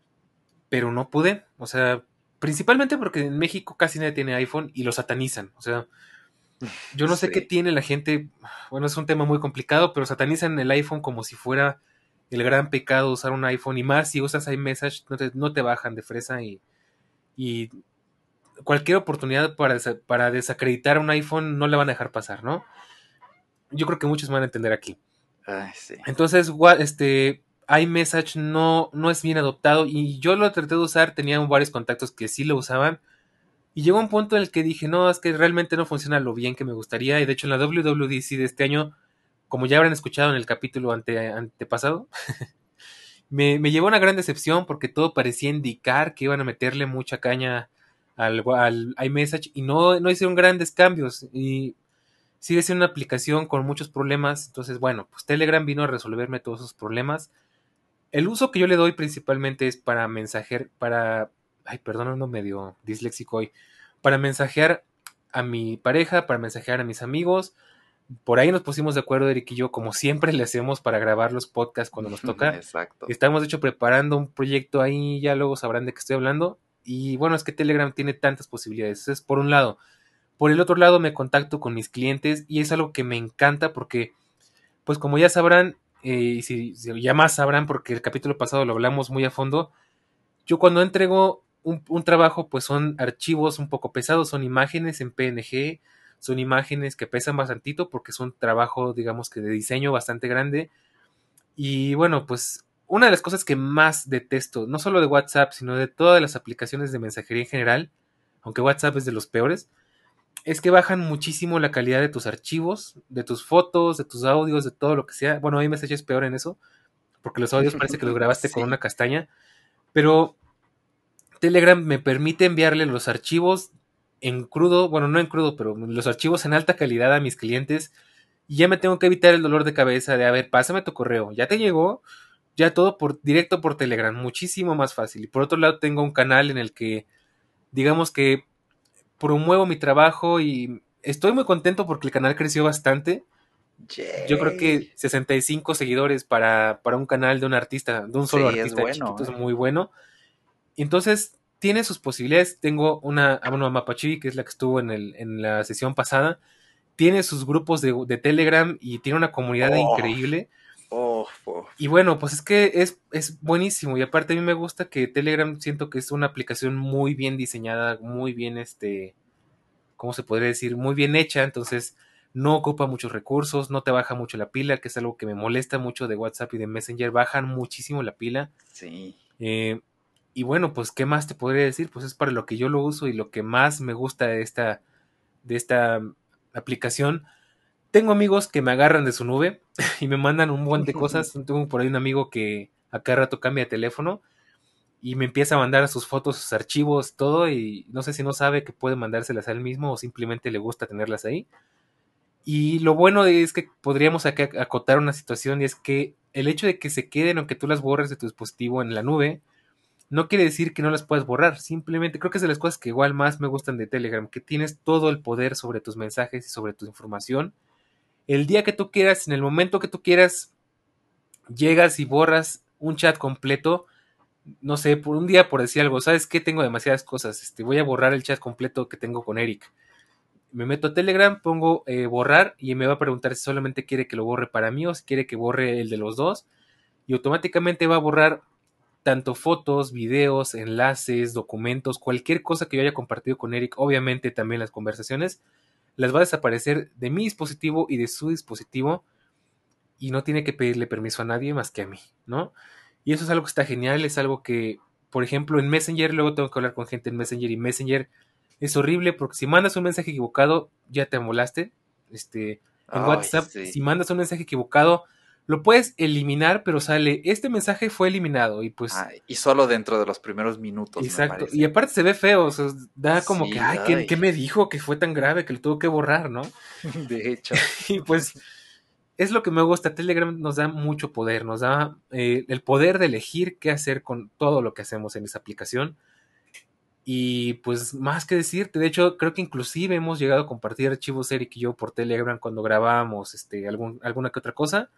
pero no pude. O sea, principalmente porque en México casi nadie tiene iPhone y lo satanizan. O sea, yo no sé qué Sí. tiene la gente, bueno, es un tema muy complicado, pero satanizan el iPhone como si fuera el gran pecado usar un iPhone y más si usas iMessage, no te, no te bajan de fresa y, y cualquier oportunidad para, desa- para desacreditar un iPhone no le van a dejar pasar, ¿no? Yo creo que muchos me van a entender aquí. Ay, sí. Entonces, este iMessage no, no es bien adoptado y yo lo traté de usar, tenía varios contactos que sí lo usaban y llegó un punto en el que dije, no, es que realmente no funciona lo bien que me gustaría y de hecho en la W W D C de este año, como ya habrán escuchado en el capítulo ante, antepasado, me, me llevó una gran decepción porque todo parecía indicar que iban a meterle mucha caña al, al iMessage y no, no hicieron grandes cambios y sigue siendo una aplicación con muchos problemas. Entonces, bueno, pues Telegram vino a resolverme todos esos problemas. El uso que yo le doy principalmente es para mensajear, para, ay, perdón, ando medio disléxico hoy, para mensajear a mi pareja, para mensajear a mis amigos. Por ahí nos pusimos de acuerdo, Eric y yo, como siempre le hacemos para grabar los podcasts cuando nos toca. Exacto. Estamos, de hecho, preparando un proyecto ahí, ya luego sabrán de qué estoy hablando. Y bueno, es que Telegram tiene tantas posibilidades. Es por un lado. Por el otro lado, me contacto con mis clientes y es algo que me encanta porque, pues como ya sabrán, eh, y si, si ya más sabrán porque el capítulo pasado lo hablamos muy a fondo, yo cuando entrego un, un trabajo, pues son archivos un poco pesados, son imágenes en P N G, son imágenes que pesan bastantito porque es un trabajo, digamos que de diseño bastante grande. Y bueno, pues una de las cosas que más detesto, no solo de WhatsApp, sino de todas las aplicaciones de mensajería en general, aunque WhatsApp es de los peores, es que bajan muchísimo la calidad de tus archivos, de tus fotos, de tus audios, de todo lo que sea. Bueno, iMessage es peor en eso, porque los audios parece que los grabaste con una Sí. castaña, pero Telegram me permite enviarle los archivos en crudo, bueno, no en crudo, pero los archivos en alta calidad a mis clientes y ya me tengo que evitar el dolor de cabeza de, a ver, pásame tu correo, ya te llegó, ya todo por directo por Telegram, muchísimo más fácil. Y por otro lado tengo un canal en el que, digamos que promuevo mi trabajo y estoy muy contento porque el canal creció bastante. Yo creo que Yay. sesenta y cinco seguidores para, para un canal de un artista, de un solo Sí, es artista chiquito bueno, es ¿eh? muy bueno. Entonces, tiene sus posibilidades. Tengo una, a bueno, Mapachi, que es la que estuvo en, el, en la sesión pasada. Tiene sus grupos de, de Telegram y tiene una comunidad Oh, increíble. oh, oh. Y bueno, pues es que es, es buenísimo. Y aparte a mí me gusta que Telegram siento que es una aplicación muy bien diseñada, muy bien, este, ¿cómo se podría decir? Muy bien hecha. Entonces no ocupa muchos recursos, no te baja mucho la pila, que es algo que me molesta mucho de WhatsApp y de Messenger. Bajan muchísimo la pila. Sí. Eh, y bueno, pues, ¿qué más te podría decir? Pues es para lo que yo lo uso y lo que más me gusta de esta, de esta aplicación. Tengo amigos que me agarran de su nube y me mandan un montón de cosas. Tengo por ahí un amigo que a cada rato cambia de teléfono y me empieza a mandar sus fotos, sus archivos, todo, y no sé si no sabe que puede mandárselas a él mismo o simplemente le gusta tenerlas ahí. Y lo bueno es que podríamos acá acotar una situación y es que el hecho de que se queden o que tú las borres de tu dispositivo en la nube no quiere decir que no las puedas borrar, simplemente creo que es de las cosas que igual más me gustan de Telegram, que tienes todo el poder sobre tus mensajes y sobre tu información. El día que tú quieras, en el momento que tú quieras, llegas y borras un chat completo, no sé, por un día por decir algo, ¿sabes qué? Tengo demasiadas cosas, este, voy a borrar el chat completo que tengo con Eric. Me meto a Telegram, pongo eh, borrar y me va a preguntar si solamente quiere que lo borre para mí o si quiere que borre el de los dos. Y automáticamente va a borrar tanto fotos, videos, enlaces, documentos, cualquier cosa que yo haya compartido con Eric, obviamente también las conversaciones, las va a desaparecer de mi dispositivo y de su dispositivo y no tiene que pedirle permiso a nadie más que a mí, ¿no? Y eso es algo que está genial, es algo que, por ejemplo, en Messenger, luego tengo que hablar con gente en Messenger y Messenger es horrible porque si mandas un mensaje equivocado, ya te amolaste. Este, en Ay, WhatsApp, sí. si mandas un mensaje equivocado, lo puedes eliminar, pero sale, este mensaje fue eliminado y pues, Ah, y solo dentro de los primeros minutos, me exacto. Y parece. aparte se ve feo, o sea, da como que, Sí, ay, ¿qué, ay, qué me dijo? Que fue tan grave que lo tuvo que borrar, ¿no? de hecho. Y pues es lo que me gusta. Telegram nos da mucho poder, nos da eh, el poder de elegir qué hacer con todo lo que hacemos en esa aplicación. Y pues más que decirte, de hecho creo que inclusive hemos llegado a compartir archivos Eric y yo por Telegram cuando grabábamos este, algún, alguna que otra cosa.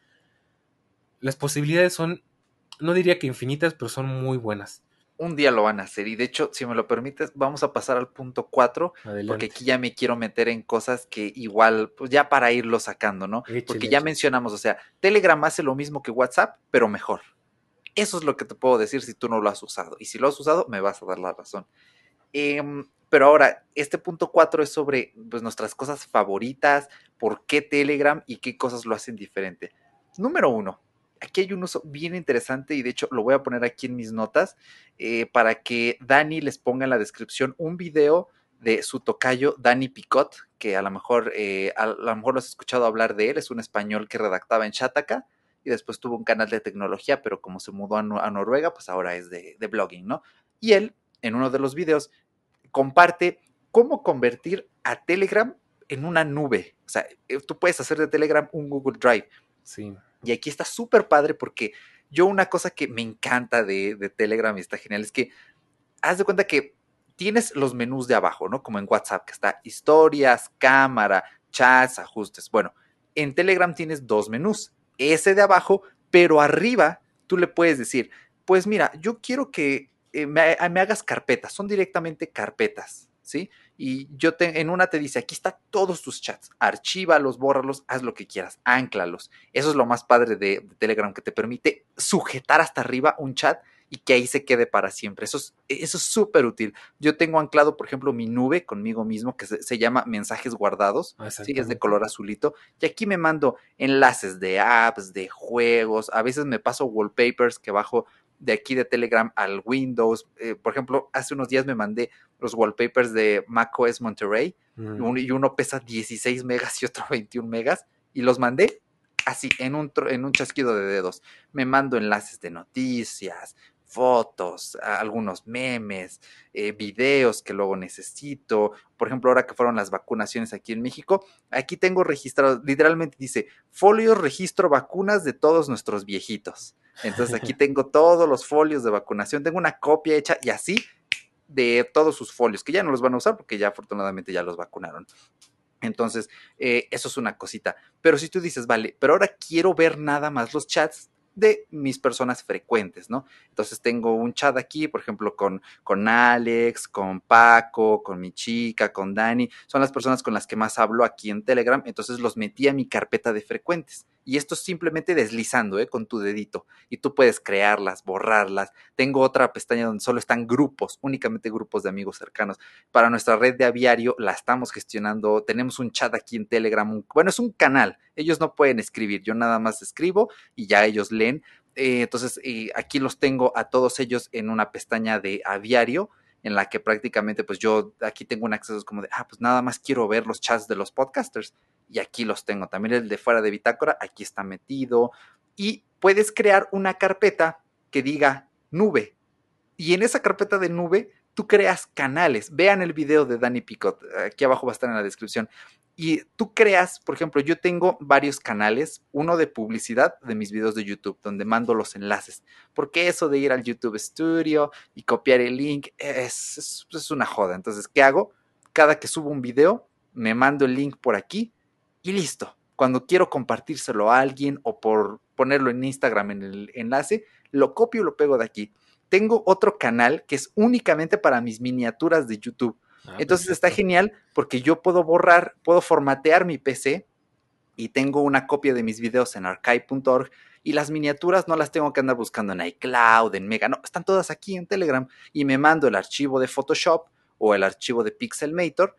Las posibilidades son, no diría que infinitas, pero son muy buenas. Un día lo van a hacer y de hecho, si me lo permites, vamos a pasar al punto cuatro porque Adelante. aquí ya me quiero meter en cosas que igual, pues ya para irlo sacando, ¿no? Porque Échele, ya échele. mencionamos, o sea, Telegram hace lo mismo que WhatsApp, pero mejor. Eso es lo que te puedo decir si tú no lo has usado. Y si lo has usado, me vas a dar la razón. Eh, pero ahora, este punto cuatro es sobre pues, nuestras cosas favoritas, por qué Telegram y qué cosas lo hacen diferente. Número uno, aquí hay un uso bien interesante y de hecho lo voy a poner aquí en mis notas eh, para que Dani les ponga en la descripción un video de su tocayo Dani Picot, que a lo mejor eh, a lo mejor lo has escuchado hablar de él, es un español que redactaba en Shataka y después tuvo un canal de tecnología, pero como se mudó a, a Noruega, pues ahora es de, de blogging, ¿no? Y él, en uno de los videos, comparte cómo convertir a Telegram en una nube. O sea, eh, tú puedes hacer de Telegram un Google Drive. Sí. Y aquí está súper padre porque yo una cosa que me encanta de, de Telegram y está genial es que haz de cuenta que tienes los menús de abajo, ¿no? Como en WhatsApp, que está historias, cámara, chats, ajustes. Bueno, en Telegram tienes dos menús, ese de abajo, pero arriba tú le puedes decir, pues mira, yo quiero que eh, me, me, hagas carpetas, son directamente carpetas, ¿sí? Y yo te, en una te dice, aquí están todos tus chats, archívalos, bórralos, haz lo que quieras, anclalos. Eso es lo más padre de, de Telegram, que te permite sujetar hasta arriba un chat y que ahí se quede para siempre. Eso es eso es súper útil. Yo tengo anclado, por ejemplo, mi nube conmigo mismo que se, se llama mensajes guardados, ¿sí? Es de Exactamente. color azulito. Y aquí me mando enlaces de apps, de juegos. A veces me paso wallpapers que bajo de aquí de Telegram al Windows. Eh, por ejemplo, hace unos días me mandé los wallpapers de macOS Monterey Mm. y uno, y uno pesa dieciséis megas y otro veintiún megas y los mandé así en un, en un chasquido de dedos. Me mando enlaces de noticias, fotos, algunos memes, eh, videos que luego necesito. Por ejemplo, ahora que fueron las vacunaciones aquí en México, aquí tengo registrado, literalmente dice, folios registro vacunas de todos nuestros viejitos. Entonces aquí tengo todos los folios de vacunación, tengo una copia hecha y así de todos sus folios, que ya no los van a usar porque ya afortunadamente ya los vacunaron. Entonces, eh, eso es una cosita. Pero si tú dices, vale, pero ahora quiero ver nada más los chats de mis personas frecuentes, ¿no? Entonces tengo un chat aquí, por ejemplo, con, con Alex, con Paco, con mi chica, con Dani, son las personas con las que más hablo aquí en Telegram, entonces los metí a mi carpeta de frecuentes. Y esto es simplemente deslizando, ¿eh? Con tu dedito. Y tú puedes crearlas, borrarlas. Tengo otra pestaña donde solo están grupos, únicamente grupos de amigos cercanos. Para nuestra red de aviario la estamos gestionando, tenemos un chat aquí en Telegram, un, bueno, es un canal, ellos no pueden escribir, yo nada más escribo y ya ellos leen, eh, entonces eh, aquí los tengo a todos ellos en una pestaña de aviario, en la que prácticamente pues yo aquí tengo un acceso como de, ah, pues nada más quiero ver los chats de los podcasters y aquí los tengo, también el de fuera de Bitácora, aquí está metido y puedes crear una carpeta que diga nube y en esa carpeta de nube tú creas canales. Vean el video de Dani Picot, aquí abajo va a estar en la descripción. Y tú creas, por ejemplo, yo tengo varios canales, uno de publicidad de mis videos de YouTube, donde mando los enlaces, porque eso de ir al YouTube Studio y copiar el link es, es, es una joda. Entonces, ¿qué hago? Cada que subo un video, me mando el link por aquí y listo. Cuando quiero compartírselo a alguien o por ponerlo en Instagram en el enlace, lo copio y lo pego de aquí. Tengo otro canal que es únicamente para mis miniaturas de YouTube. Ah, Entonces está perfecto. genial porque yo puedo borrar, puedo formatear mi P C y tengo una copia de mis videos en archive punto org y las miniaturas no las tengo que andar buscando en iCloud, en Mega, no, están todas aquí en Telegram y me mando el archivo de Photoshop o el archivo de Pixelmator,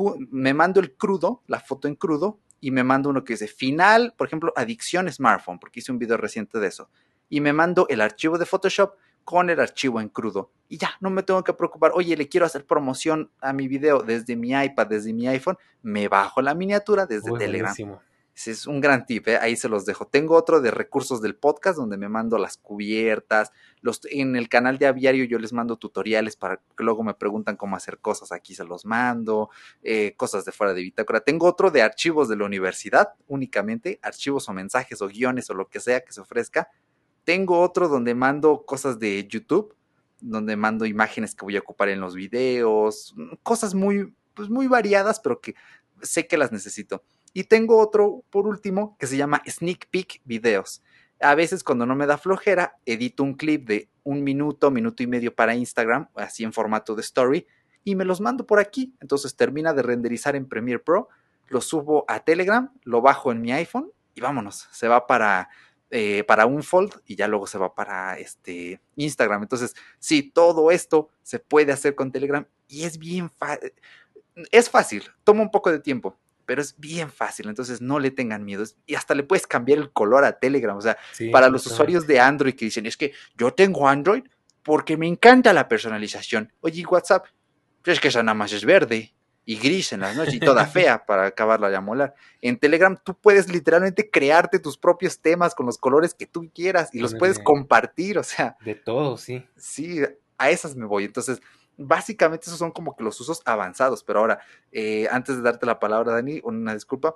me mando el crudo, la foto en crudo y me mando uno que dice final, por ejemplo, adicción smartphone, porque hice un video reciente de eso, y me mando el archivo de Photoshop con el archivo en crudo. Y ya, no me tengo que preocupar, oye, le quiero hacer promoción a mi video desde mi iPad, desde mi iPhone, me bajo la miniatura desde Uy, Telegram. buenísimo. Ese es un gran tip, ¿eh? Ahí se los dejo. Tengo otro de recursos del podcast donde me mando las cubiertas. Los, en el canal de Aviario yo les mando tutoriales para que luego me preguntan cómo hacer cosas. Aquí se los mando. Eh, cosas de fuera de bitácora. Tengo otro de archivos de la universidad únicamente. Archivos o mensajes o guiones o lo que sea que se ofrezca. Tengo otro donde mando cosas de YouTube, donde mando imágenes que voy a ocupar en los videos. Cosas muy, pues muy variadas, pero que sé que las necesito. Y tengo otro, por último, que se llama Sneak Peek Videos. A veces cuando no me da flojera, edito un clip de un minuto, minuto y medio para Instagram, así en formato de story, y me los mando por aquí. Entonces termina de renderizar en Premiere Pro, lo subo a Telegram, lo bajo en mi iPhone y vámonos. Se va para, eh, para Unfold y ya luego se va para este Instagram. Entonces, sí, todo esto se puede hacer con Telegram y es bien fácil. Es fácil, toma un poco de tiempo, pero es bien fácil, entonces no le tengan miedo. Y hasta le puedes cambiar el color a Telegram. O sea, Sí, para los usuarios exactamente. de Android que dicen, es que yo tengo Android porque me encanta la personalización. Oye, WhatsApp, es que esa nada más es verde y gris en las noches y toda fea para acabarla de amolar. En Telegram tú puedes literalmente crearte tus propios temas con los colores que tú quieras y los puedes Ponerle compartir. O sea, de todo, sí. sí, a esas me voy. Entonces, básicamente esos son como que los usos avanzados. Pero ahora, eh, antes de darte la palabra, Dani, una disculpa.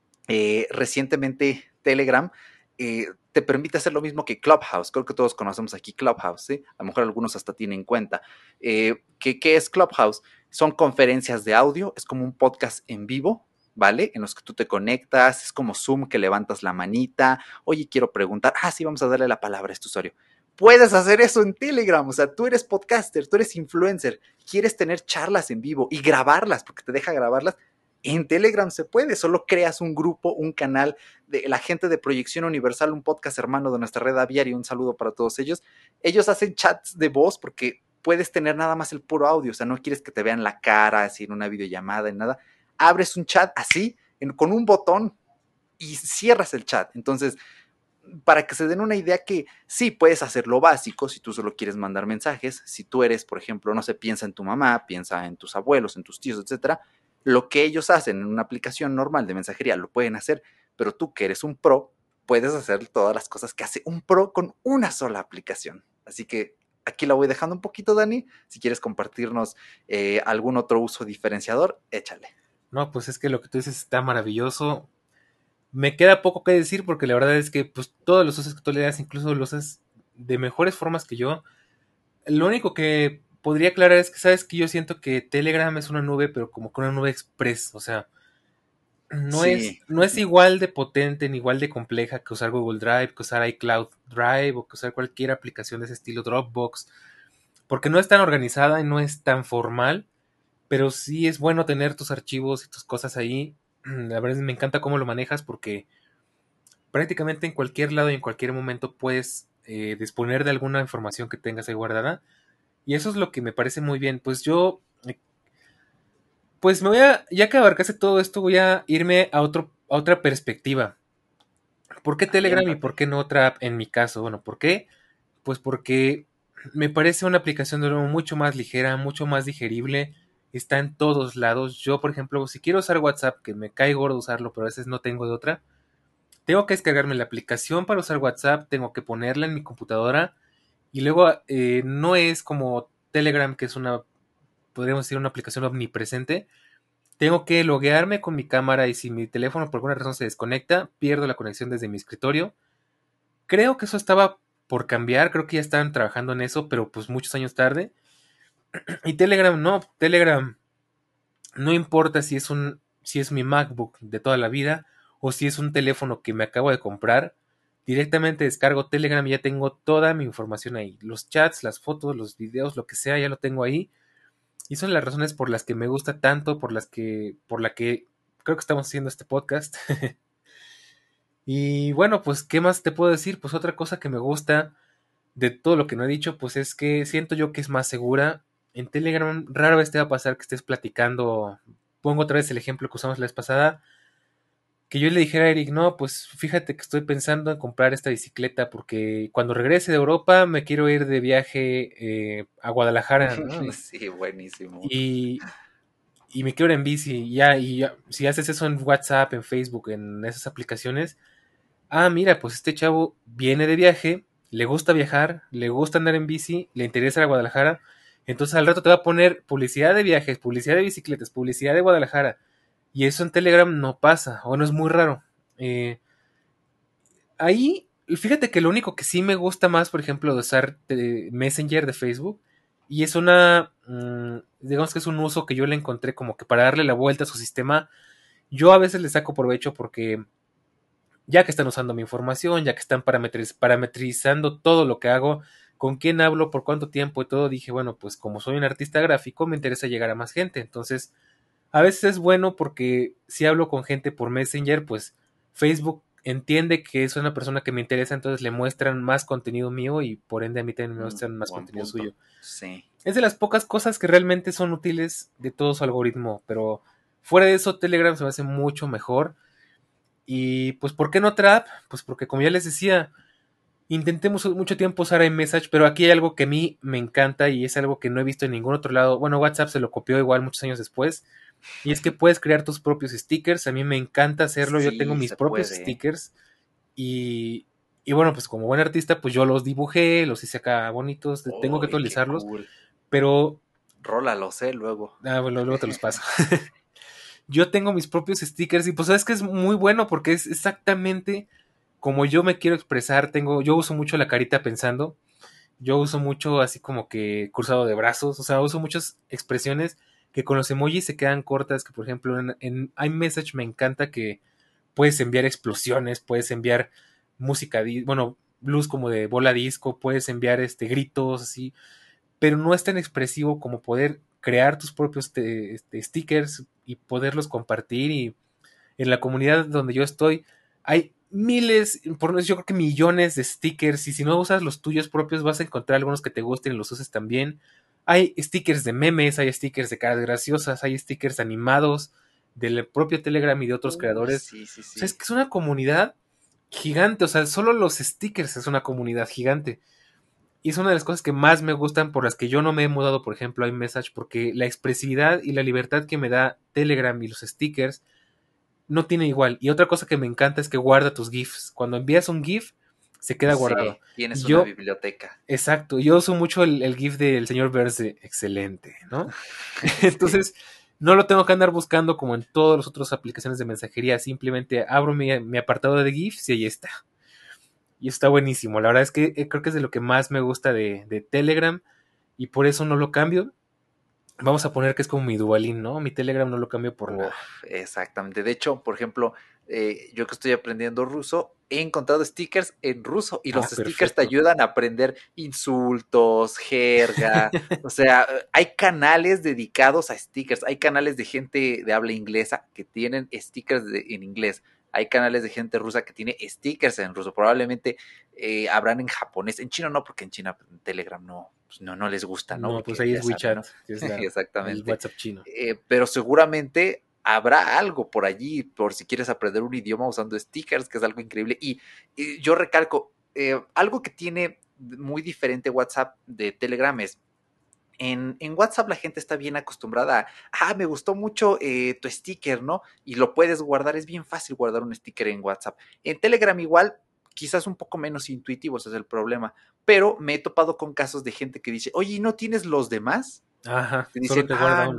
Eh, recientemente Telegram eh, te permite hacer lo mismo que Clubhouse. Creo que todos conocemos aquí Clubhouse, ¿sí? A lo mejor algunos hasta tienen cuenta. Eh, ¿qué, ¿Qué es Clubhouse? Son conferencias de audio, es como un podcast en vivo, ¿vale? En los que tú te conectas, es como Zoom que levantas la manita, oye, quiero preguntar, ah, sí, vamos a darle la palabra a este usuario. Puedes hacer eso en Telegram, o sea, tú eres podcaster, tú eres influencer, quieres tener charlas en vivo y grabarlas, porque te deja grabarlas. En Telegram se puede, solo creas un grupo, un canal de la gente de Proyección Universal, un podcast hermano de nuestra red Aviario, un saludo para todos ellos. Ellos hacen chats de voz porque puedes tener nada más el puro audio, o sea, no quieres que te vean la cara así en una videollamada, en nada. Abres un chat así, en, con un botón y cierras el chat. Entonces, para que se den una idea que sí puedes hacer lo básico si tú solo quieres mandar mensajes, si tú eres, por ejemplo, no sé, piensa en tu mamá, piensa en tus abuelos, en tus tíos, etcétera, lo que ellos hacen en una aplicación normal de mensajería lo pueden hacer, pero tú que eres un pro, puedes hacer todas las cosas que hace un pro con una sola aplicación. Así que aquí la voy dejando un poquito, Dani. Si quieres compartirnos eh, algún otro uso diferenciador, échale. No, pues es que lo que tú dices está maravilloso. Me queda poco que decir porque la verdad es que pues todos los usos que tú le das incluso los haces de mejores formas que yo. Lo único que podría aclarar es que sabes que yo siento que Telegram es una nube, pero como que una nube express, o sea, no es, Sí, no es igual de potente ni igual de compleja que usar Google Drive, que usar iCloud Drive o que usar cualquier aplicación de ese estilo, Dropbox, porque no es tan organizada y no es tan formal, pero sí es bueno tener tus archivos y tus cosas ahí. La verdad es que me encanta cómo lo manejas porque prácticamente en cualquier lado y en cualquier momento puedes eh, disponer de alguna información que tengas ahí guardada. Y eso es lo que me parece muy bien. Pues yo, eh, pues me voy a, ya que abarcase todo esto, voy a irme a, otro, a otra perspectiva. ¿Por qué Telegram y por aviéntate. qué no otra app en mi caso? Bueno, ¿por qué? Pues porque me parece una aplicación de nuevo mucho más ligera, mucho más digerible. Está en todos lados. Yo, por ejemplo, si quiero usar WhatsApp, que me cae gordo usarlo, pero a veces no tengo de otra, tengo que descargarme la aplicación para usar WhatsApp, tengo que ponerla en mi computadora y luego eh, no es como Telegram, que es una, podríamos decir, una aplicación omnipresente. tengo que loguearme con mi cámara y si mi teléfono por alguna razón se desconecta, pierdo la conexión desde mi escritorio. Creo que eso estaba por cambiar, creo que ya estaban trabajando en eso, pero pues muchos años tarde. Y Telegram no, Telegram no importa si es un si es mi MacBook de toda la vida o si es un teléfono que me acabo de comprar, directamente descargo Telegram y ya tengo toda mi información ahí, los chats, las fotos, los videos, lo que sea, ya lo tengo ahí. Y son las razones por las que me gusta tanto, por las que por la que creo que estamos haciendo este podcast. Y bueno, pues ¿qué más te puedo decir? Pues otra cosa que me gusta de todo lo que no he dicho, pues es que siento yo que es más segura. En Telegram rara vez te va a pasar que estés platicando. Pongo otra vez el ejemplo que usamos la vez pasada. Que yo le dijera a Eric, no, pues fíjate que estoy pensando en comprar esta bicicleta porque cuando regrese de Europa me quiero ir de viaje eh, a Guadalajara, ¿no? Sí, buenísimo. Y, y me quiero ir en bici. Y ya, y ya, si haces eso en WhatsApp, en Facebook, en esas aplicaciones, ah, mira, pues este chavo viene de viaje, le gusta viajar, le gusta andar en bici, le interesa la Guadalajara, entonces al rato te va a poner publicidad de viajes, publicidad de bicicletas, publicidad de Guadalajara, y eso en Telegram no pasa, o no es muy raro. Eh, ahí, fíjate que lo único que sí me gusta más, por ejemplo, de usar eh, Messenger de Facebook, y es una, mmm, digamos que es un uso que yo le encontré como que para darle la vuelta a su sistema, yo a veces le saco provecho porque ya que están usando mi información, ya que están parametriz parametrizando todo lo que hago, con quién hablo, por cuánto tiempo y todo, dije, bueno, pues como soy un artista gráfico, me interesa llegar a más gente. Entonces, a veces es bueno porque si hablo con gente por Messenger, pues Facebook entiende que es una persona que me interesa, entonces le muestran más contenido mío y por ende a mí también me Mm, muestran más buen contenido punto. suyo. Sí. Es de las pocas cosas que realmente son útiles de todo su algoritmo, pero fuera de eso Telegram se me hace mucho mejor. Y pues, ¿por qué no Trap? Pues porque como ya les decía, intenté mucho tiempo usar iMessage, pero aquí hay algo que a mí me encanta y es algo que no he visto en ningún otro lado. Bueno, WhatsApp se lo copió igual muchos años después. Y es que puedes crear tus propios stickers. A mí me encanta hacerlo. Yo tengo Sí, mis se propios puede, ¿eh? stickers. Y, y bueno, pues como buen artista, pues yo los dibujé, los hice acá bonitos. Tengo que Uy, qué actualizarlos. cool. Pero... Rólalos, ¿eh? Luego. Ah, bueno, luego te los paso. Yo tengo mis propios stickers y pues sabes que es muy bueno porque es exactamente como yo me quiero expresar. Tengo, yo uso mucho la carita pensando, yo uso mucho así como que cruzado de brazos, o sea, uso muchas expresiones que con los emojis se quedan cortas, que por ejemplo en, en iMessage me encanta que puedes enviar explosiones, puedes enviar música, bueno, blues como de bola disco, puedes enviar este gritos así, pero no es tan expresivo como poder crear tus propios te, este, stickers y poderlos compartir. Y en la comunidad donde yo estoy hay miles, por no decir, yo creo que millones de stickers, y si no usas los tuyos propios vas a encontrar algunos que te gusten y los uses también. Hay stickers de memes, hay stickers de caras graciosas, hay stickers animados del propio Telegram y de otros Uy, creadores. sí, sí, O sea, es sí. que es una comunidad gigante, o sea, solo los stickers es una comunidad gigante. Y es una de las cosas que más me gustan, por las que yo no me he mudado, por ejemplo, a iMessage, porque la expresividad y la libertad que me da Telegram y los stickers no tiene igual. Y otra cosa que me encanta es que guarda tus GIFs. Cuando envías un GIF, se queda guardado. Sí, Y tienes una yo, biblioteca. exacto, yo uso mucho el, el GIF del señor Burns de excelente, ¿no? Sí. Entonces, no lo tengo que andar buscando como en todas las otras aplicaciones de mensajería. Simplemente abro mi, mi apartado de GIFs y ahí está. Y está buenísimo. La verdad es que eh, creo que es de lo que más me gusta de, de Telegram y por eso no lo cambio. Vamos a poner que es como mi Dualin, ¿no? Mi Telegram no lo cambio por nada. Uf, exactamente. De hecho, por ejemplo, eh, yo que estoy aprendiendo ruso, he encontrado stickers en ruso y los Ah, stickers te perfecto. ayudan a aprender insultos, jerga. O sea, hay canales dedicados a stickers. Hay canales de gente de habla inglesa que tienen stickers de, en inglés. Hay canales de gente rusa que tiene stickers en ruso. Probablemente eh, habrán en japonés. En chino no, porque en China en Telegram no, pues no, no les gusta, ¿no? No, pues Porque ahí es ya saben, WeChat, ¿no? que es la, el Exactamente. WhatsApp chino. Eh, pero seguramente habrá algo por allí, por si quieres aprender un idioma usando stickers, que es algo increíble. Y, y yo recalco, eh, algo que tiene muy diferente WhatsApp de Telegram es, en, en, WhatsApp la gente está bien acostumbrada a, ah, me gustó mucho eh, tu sticker, ¿no? Y lo puedes guardar, es bien fácil guardar un sticker en WhatsApp. En Telegram igual, quizás un poco menos intuitivo, ese es el problema, pero me he topado con casos de gente que dice, oye, ¿no tienes los demás? Ajá, Te solo dicen, te guarda ah, uno. no,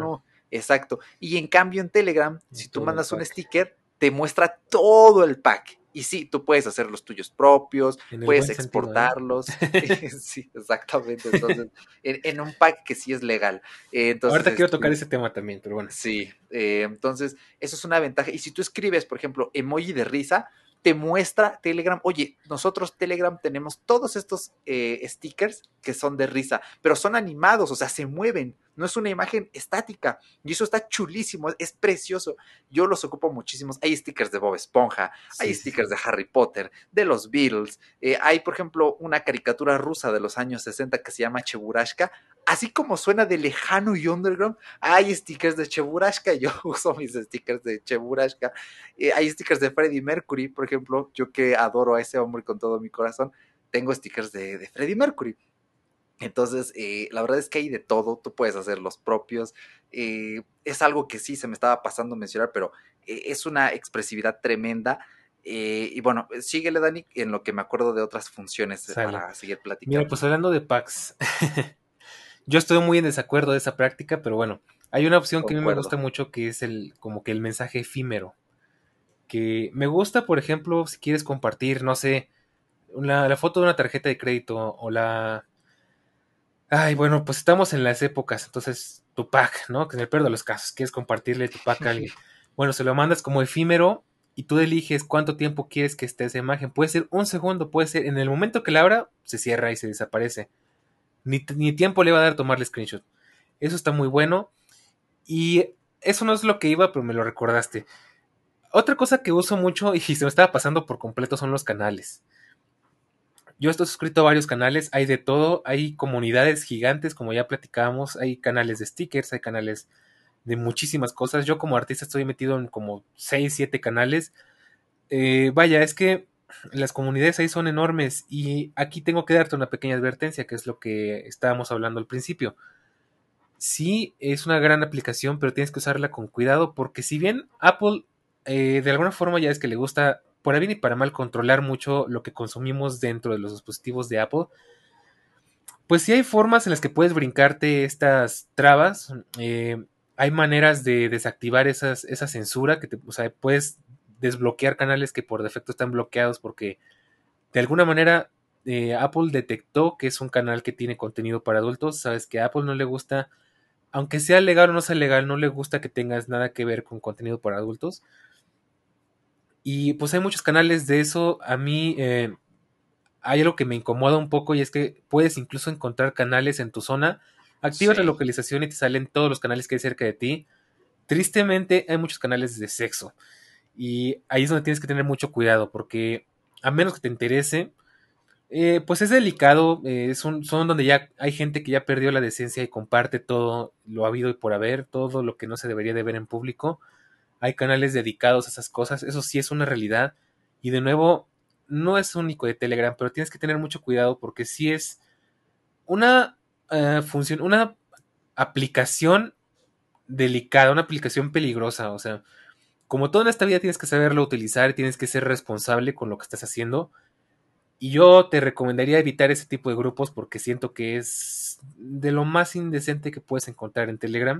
Exacto. Y en cambio en Telegram, Y si tú todo el mandas un pack. sticker, te muestra todo el pack. Y sí, tú puedes hacer los tuyos propios, En el puedes buen sentido, ¿eh? exportarlos. Sí, exactamente. Entonces, en, en un pack que sí es legal. Eh, entonces, Ahorita quiero tocar este, ese tema también, pero bueno. sí, eh, entonces eso es una ventaja. Y si tú escribes, por ejemplo, emoji de risa, te muestra Telegram, oye, nosotros Telegram tenemos todos estos eh, stickers que son de risa, pero son animados, o sea, se mueven, no es una imagen estática. Y eso está chulísimo, es, es precioso. Yo los ocupo muchísimos. Hay stickers de Bob Esponja, hay Sí, sí, stickers sí. de Harry Potter, de los Beatles. Eh, hay, por ejemplo, una caricatura rusa de los años sesenta que se llama Cheburashka. Así como suena de lejano y underground, hay stickers de Cheburashka, yo uso mis stickers de Cheburashka, eh, hay stickers de Freddie Mercury, por ejemplo, yo que adoro a ese hombre con todo mi corazón, tengo stickers de, de Freddie Mercury. Entonces, eh, la verdad es que hay de todo, tú puedes hacer los propios, eh, es algo que sí se me estaba pasando mencionar, pero eh, es una expresividad tremenda. Eh, y bueno, síguele, Dani, en lo que me acuerdo de otras funciones eh, Sale. para seguir Mira, platicando. pues hablando de packs, yo estoy muy en desacuerdo de esa práctica, pero bueno, hay una opción que a mí me gusta Concuerdo. mucho que es el como que el mensaje efímero, que me gusta, por ejemplo, si quieres compartir, no sé, la, la foto de una tarjeta de crédito o la... Ay, bueno, pues estamos en las épocas, entonces tu pack, ¿no? Que en el peor de los casos, quieres compartirle tu pack a alguien. Bueno, se lo mandas como efímero y tú eliges cuánto tiempo quieres que esté esa imagen. Puede ser un segundo, puede ser en el momento que la abra, se cierra y se desaparece. Ni, ni tiempo le va a dar tomarle screenshot. Eso está muy bueno. Y eso no es lo que iba, pero me lo recordaste. Otra cosa que uso mucho y se me estaba pasando por completo son los canales. Yo estoy suscrito a varios canales, hay de todo, hay comunidades gigantes, como ya platicábamos, hay canales de stickers, hay canales de muchísimas cosas. Yo como artista estoy metido en como seis siete canales. Eh, vaya, es que las comunidades ahí son enormes y aquí tengo que darte una pequeña advertencia, que es lo que estábamos hablando al principio. Sí, es una gran aplicación, pero tienes que usarla con cuidado porque si bien Apple eh, de alguna forma ya es que le gusta, por bien y para mal, controlar mucho lo que consumimos dentro de los dispositivos de Apple, pues sí hay formas en las que puedes brincarte estas trabas. Eh, hay maneras de desactivar esas, esa censura, que te, o sea, puedes desbloquear canales que por defecto están bloqueados porque de alguna manera eh, Apple detectó que es un canal que tiene contenido para adultos. Sabes que a Apple no le gusta, aunque sea legal o no sea legal, no le gusta que tengas nada que ver con contenido para adultos. Y pues hay muchos canales de eso. A mí eh, hay algo que me incomoda un poco y es que puedes incluso encontrar canales en tu zona. Activas la Sí, localización y te salen todos los canales que hay cerca de ti. Tristemente hay muchos canales de sexo. Y ahí es donde tienes que tener mucho cuidado porque a menos que te interese, eh, pues es delicado. Eh, son, son donde ya hay gente que ya perdió la decencia y comparte todo lo habido y por haber, todo lo que no se debería de ver en público. Hay canales dedicados a esas cosas, eso sí es una realidad. Y de nuevo, no es único de Telegram, pero tienes que tener mucho cuidado porque sí es una eh, función, una aplicación delicada, una aplicación peligrosa. O sea, como todo en esta vida tienes que saberlo utilizar, tienes que ser responsable con lo que estás haciendo. Y yo te recomendaría evitar ese tipo de grupos porque siento que es de lo más indecente que puedes encontrar en Telegram.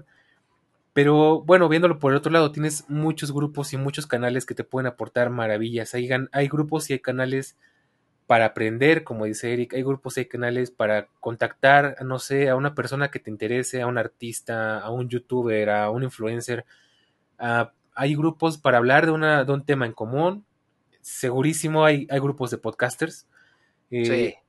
Pero bueno, viéndolo por el otro lado, tienes muchos grupos y muchos canales que te pueden aportar maravillas. Hay, hay grupos y hay canales para aprender, como dice Eric, hay grupos y hay canales para contactar, no sé, a una persona que te interese, a un artista, a un youtuber, a un influencer. Uh, hay grupos para hablar de, una, de un tema en común. Segurísimo hay, hay grupos de podcasters. Eh, sí.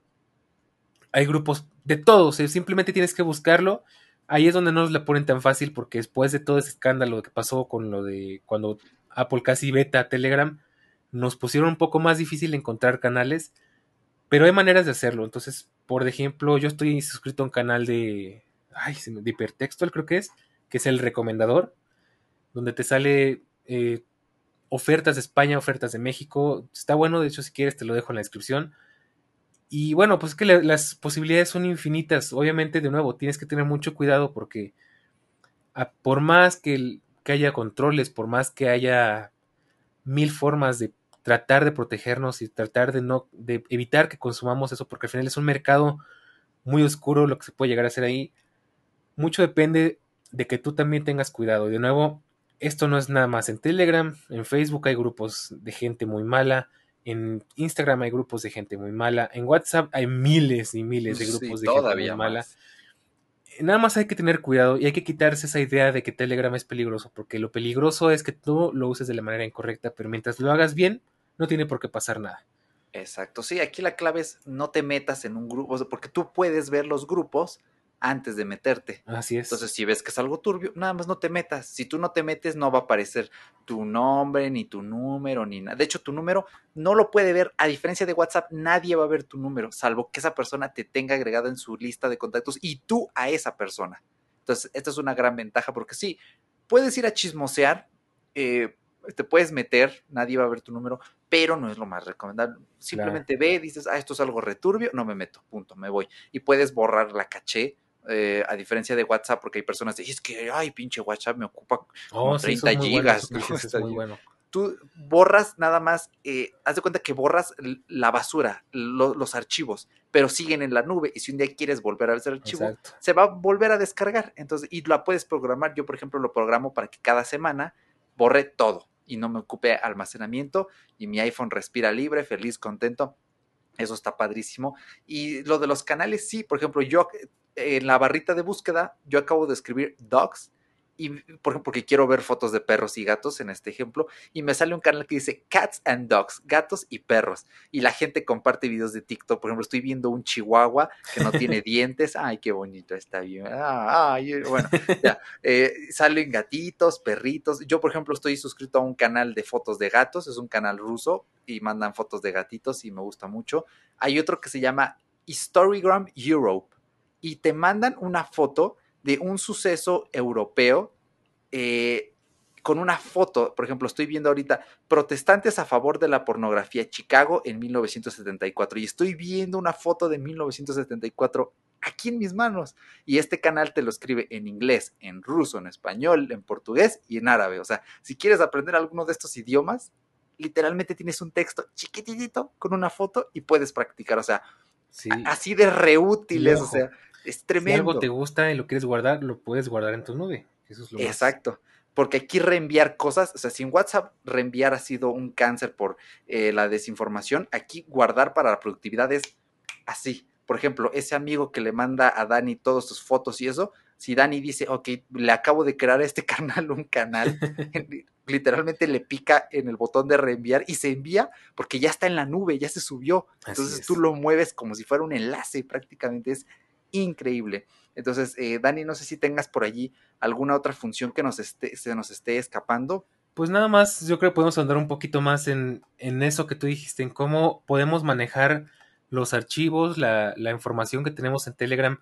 hay grupos de todos, eh, simplemente tienes que buscarlo. Ahí es donde no nos la ponen tan fácil porque después de todo ese escándalo que pasó con lo de cuando Apple casi veta Telegram, nos pusieron un poco más difícil encontrar canales, pero hay maneras de hacerlo. Entonces, por ejemplo, yo estoy suscrito a un canal de, ay, de hipertextual creo que es, que es el recomendador, donde te sale eh, ofertas de España, ofertas de México. Está bueno, de hecho, si quieres te lo dejo en la descripción. Y bueno, pues es que le, las posibilidades son infinitas. Obviamente, de nuevo, tienes que tener mucho cuidado porque a, por más que, el, que haya controles, por más que haya mil formas de tratar de protegernos y tratar de no de evitar que consumamos eso, porque al final es un mercado muy oscuro lo que se puede llegar a hacer ahí. Mucho depende de que tú también tengas cuidado. De nuevo, esto no es nada más en Telegram, en Facebook hay grupos de gente muy mala, en Instagram hay grupos de gente muy mala, en WhatsApp hay miles y miles de Sí, grupos de gente muy todavía mala. más. Nada más hay que tener cuidado y hay que quitarse esa idea de que Telegram es peligroso, porque lo peligroso es que tú lo uses de la manera incorrecta, pero mientras lo hagas bien, no tiene por qué pasar nada. Exacto, sí, aquí la clave es no te metas en un grupo, o sea, porque tú puedes ver los grupos antes de meterte. Así es. Entonces, si ves que es algo turbio, nada más no te metas. Si tú no te metes, no va a aparecer tu nombre, ni tu número, ni nada. De hecho, tu número no lo puede ver. A diferencia de WhatsApp, nadie va a ver tu número, salvo que esa persona te tenga agregado en su lista de contactos y tú a esa persona. Entonces, esta es una gran ventaja porque sí, puedes ir a chismosear, eh, te puedes meter, nadie va a ver tu número, pero no es lo más recomendable. Claro. Simplemente ve, dices, ah, esto es algo returbio, no me meto, punto, me voy. Y puedes borrar la caché, eh, a diferencia de WhatsApp, porque hay personas que dicen, es que, ay, pinche WhatsApp me ocupa como Oh, sí, eso treinta es muy bueno, eso gigas, que ¿no? dices es Está muy bien. bueno. Tú borras nada más, eh, haz de cuenta que borras la basura, lo, los archivos, pero siguen en la nube y si un día quieres volver a ver ese archivo, Exacto. se va a volver a descargar. Entonces, y la puedes programar. Yo, por ejemplo, lo programo para que cada semana borre todo y no me ocupe almacenamiento y mi iPhone respira libre, feliz, contento. Eso está padrísimo. Y lo de los canales, sí, por ejemplo, yo en la barrita de búsqueda, yo acabo de escribir dogs, y por ejemplo, porque quiero ver fotos de perros y gatos en este ejemplo, y me sale un canal que dice Cats and Dogs, gatos y perros, y la gente comparte videos de TikTok. Por ejemplo, estoy viendo un chihuahua que no tiene dientes, ay, qué bonito, está bien, ah, ay, bueno, ya, eh, salen gatitos, perritos. Yo, por ejemplo, estoy suscrito a un canal de fotos de gatos, es un canal ruso, y mandan fotos de gatitos y me gusta mucho. Hay otro que se llama Storygram Europe y te mandan una foto de un suceso europeo, eh, con una foto. Por ejemplo, estoy viendo ahorita protestantes a favor de la pornografía, Chicago en mil novecientos setenta y cuatro, y estoy viendo una foto de mil novecientos setenta y cuatro aquí en mis manos, y este canal te lo escribe en inglés, en ruso, en español, en portugués y en árabe. O sea, si quieres aprender alguno de estos idiomas, literalmente tienes un texto chiquitito con una foto y puedes practicar. O sea, Sí. así de Y reútiles, o ojo, sea, es si algo te tremendo. gusta y lo quieres guardar, lo puedes guardar en tu nube. Eso es lo más. Exacto. Porque aquí reenviar cosas, o sea, si en WhatsApp reenviar ha sido un cáncer por eh, la desinformación, aquí guardar para la productividad es así. Por ejemplo, ese amigo que le manda a Dani todas sus fotos y eso, si Dani dice, ok, le acabo de crear a este canal un canal, literalmente le pica en el botón de reenviar y se envía porque ya está en la nube, ya se subió. Así Entonces tú es. lo mueves como si fuera un enlace, prácticamente es increíble. Entonces, eh, Dani, no sé si tengas por allí alguna otra función que nos esté, se nos esté escapando. Pues nada más, yo creo que podemos andar un poquito más en, en eso que tú dijiste, en cómo podemos manejar los archivos, la, la información que tenemos en Telegram.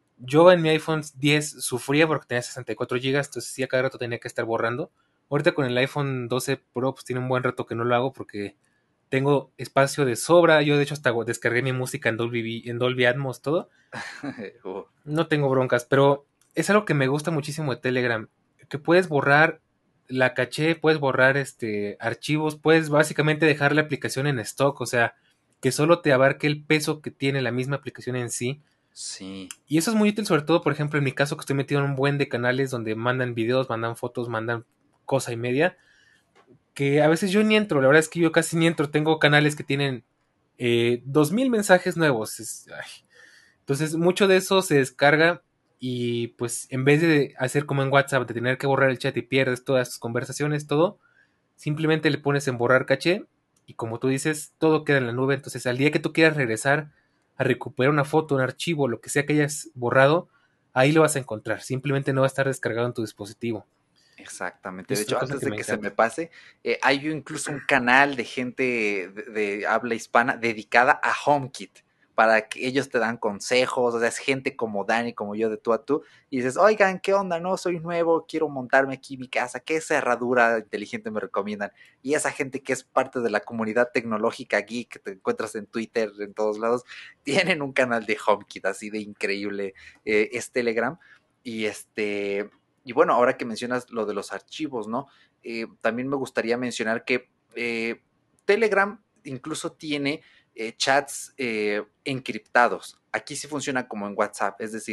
Yo en mi iPhone diez sufría porque tenía sesenta y cuatro gigas, entonces sí a cada rato tenía que estar borrando. Ahorita con el iPhone doce Pro pues tiene un buen rato que no lo hago porque tengo espacio de sobra. Yo de hecho hasta descargué mi música en Dolby, en Dolby Atmos, todo. Oh, No tengo broncas, pero es algo que me gusta muchísimo de Telegram, que puedes borrar la caché, puedes borrar este archivos, puedes básicamente dejar la aplicación en stock, o sea, que solo te abarque el peso que tiene la misma aplicación en sí. sí, Y eso es muy útil, sobre todo, por ejemplo, en mi caso, que estoy metido en un buen de canales donde mandan videos, mandan fotos, mandan cosa y media, que a veces yo ni entro, la verdad es que yo casi ni entro, tengo canales que tienen eh, dos mil mensajes nuevos. Es, ay. Entonces, mucho de eso se descarga y pues en vez de hacer como en WhatsApp, de tener que borrar el chat y pierdes todas tus conversaciones, todo, simplemente le pones en borrar caché y como tú dices, todo queda en la nube. Entonces, al día que tú quieras regresar a recuperar una foto, un archivo, lo que sea que hayas borrado, ahí lo vas a encontrar. Simplemente no va a estar descargado en tu dispositivo. exactamente. De Eso es una hecho, cosa antes que de me que se encanta. me pase, eh, hay incluso un canal de gente de, de habla hispana dedicada a HomeKit, para que ellos te dan consejos. O sea, es gente como Dani, como yo, de tú a tú, y dices, oigan, ¿qué onda? No, soy nuevo, quiero montarme aquí mi casa, ¿qué cerradura inteligente me recomiendan? Y esa gente que es parte de la comunidad tecnológica geek que te encuentras en Twitter, en todos lados, tienen un canal de HomeKit así de increíble, eh, es Telegram. Y este, y bueno, ahora que mencionas lo de los archivos, ¿no? Eh, también me gustaría mencionar que eh, Telegram incluso tiene eh, chats eh, encriptados. Aquí sí funciona como en WhatsApp, es decir,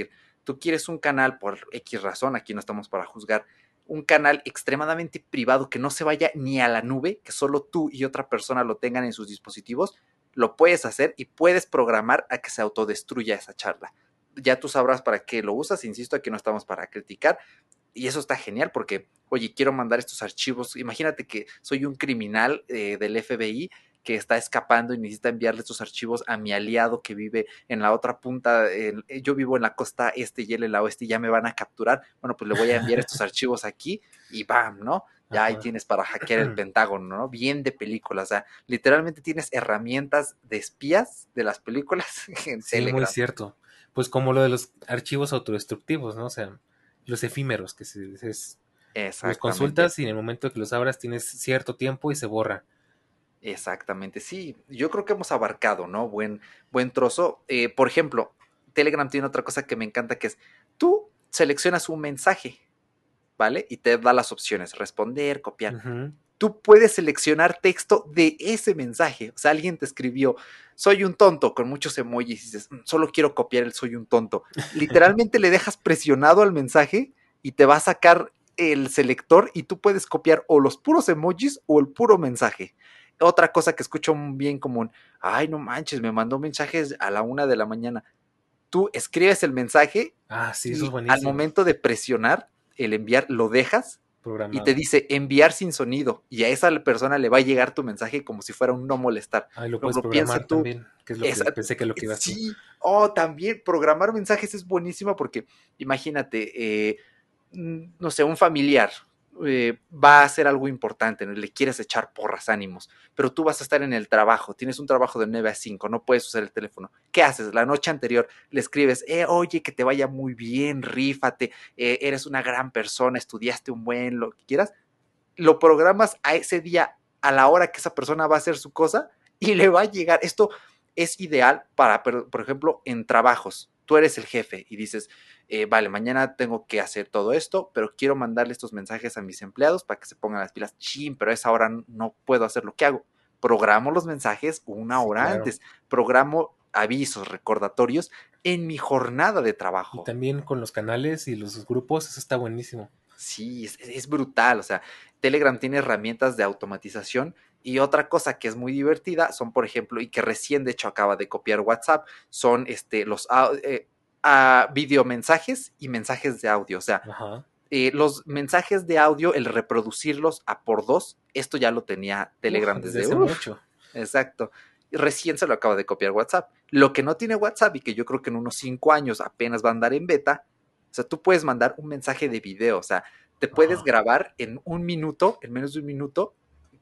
tú quieres un canal por X razón, aquí no estamos para juzgar, un canal extremadamente privado que no se vaya ni a la nube, que solo tú y otra persona lo tengan en sus dispositivos, lo puedes hacer y puedes programar a que se autodestruya esa charla. Ya tú sabrás para qué lo usas, insisto, aquí no estamos para criticar, y eso está genial porque, oye, quiero mandar estos archivos, imagínate que soy un criminal eh, del F B I que está escapando y necesita enviarle estos archivos a mi aliado que vive en la otra punta, eh, yo vivo en la costa este y él en la oeste y ya me van a capturar, bueno, pues le voy a enviar estos archivos aquí y bam, ¿no? Ya ahí Ajá. tienes para hackear el Pentágono, ¿no? Bien de película, o sea, literalmente tienes herramientas de espías de las películas en Sí, muy Telegram. cierto. Pues como lo de los archivos autodestructivos, ¿no? O sea, los efímeros, que se, es- los Exactamente. consultas y en el momento que los abras tienes cierto tiempo y se borra. Exactamente, sí. Yo creo que hemos abarcado, ¿no? Buen, buen trozo. Eh, por ejemplo, Telegram tiene otra cosa que me encanta que es, tú seleccionas un mensaje, ¿vale? Y te da las opciones, responder, copiar. Ujú. Tú puedes seleccionar texto de ese mensaje. O sea, alguien te escribió, soy un tonto, con muchos emojis, y dices, "Mm, solo quiero copiar el soy un tonto". Literalmente le dejas presionado al mensaje y te va a sacar el selector y tú puedes copiar o los puros emojis o el puro mensaje. Otra cosa que escucho bien común, ay, no manches, me mandó mensajes a la una de la mañana. Tú escribes el mensaje Ah, sí, eso es y al buenísimo. momento de presionar el enviar, lo dejas y te Programado. dice enviar sin sonido y a esa persona le va a llegar tu mensaje como si fuera un no molestar. Ahí lo Por puedes ejemplo, piensa programar tú, también, que es lo que esa, pensé que es lo que ibas tú. sí, oh, también programar mensajes es buenísima porque imagínate, eh, no sé, un familiar eh, va a hacer algo importante, ¿no? Le quieres echar porras, ánimos, pero tú vas a estar en el trabajo, tienes un trabajo de nueve a cinco, no puedes usar el teléfono. ¿Qué haces? La noche anterior le escribes, eh, oye, que te vaya muy bien, rífate, eh, eres una gran persona, estudiaste un buen, lo que quieras, lo programas a ese día, a la hora que esa persona va a hacer su cosa y le va a llegar. Esto es ideal para, por ejemplo, en trabajos. Tú eres el jefe y dices, eh, vale, mañana tengo que hacer todo esto, pero quiero mandarle estos mensajes a mis empleados para que se pongan las pilas. Chin, pero a esa hora no puedo hacer lo que hago. Programo los mensajes una Sí, hora claro. antes. Programo avisos, recordatorios en mi jornada de Y trabajo. también con los canales y los grupos, eso está buenísimo. Sí, es, es brutal. O sea, Telegram tiene herramientas de automatización y otra cosa que es muy divertida son, por ejemplo, y que recién de hecho acaba de copiar WhatsApp, son este, los eh, uh, videomensajes y mensajes de audio. O sea, Ajá. eh, los mensajes de audio, el reproducirlos a por dos, esto ya lo tenía Uf, Telegram desde desde, hace uff, mucho. exacto. Recién se lo acaba de copiar WhatsApp. Lo que no tiene WhatsApp y que yo creo que en unos cinco años apenas va a andar en beta, o sea, tú puedes mandar un mensaje de video, o sea, te puedes Ajá. grabar en un minuto, en menos de un minuto,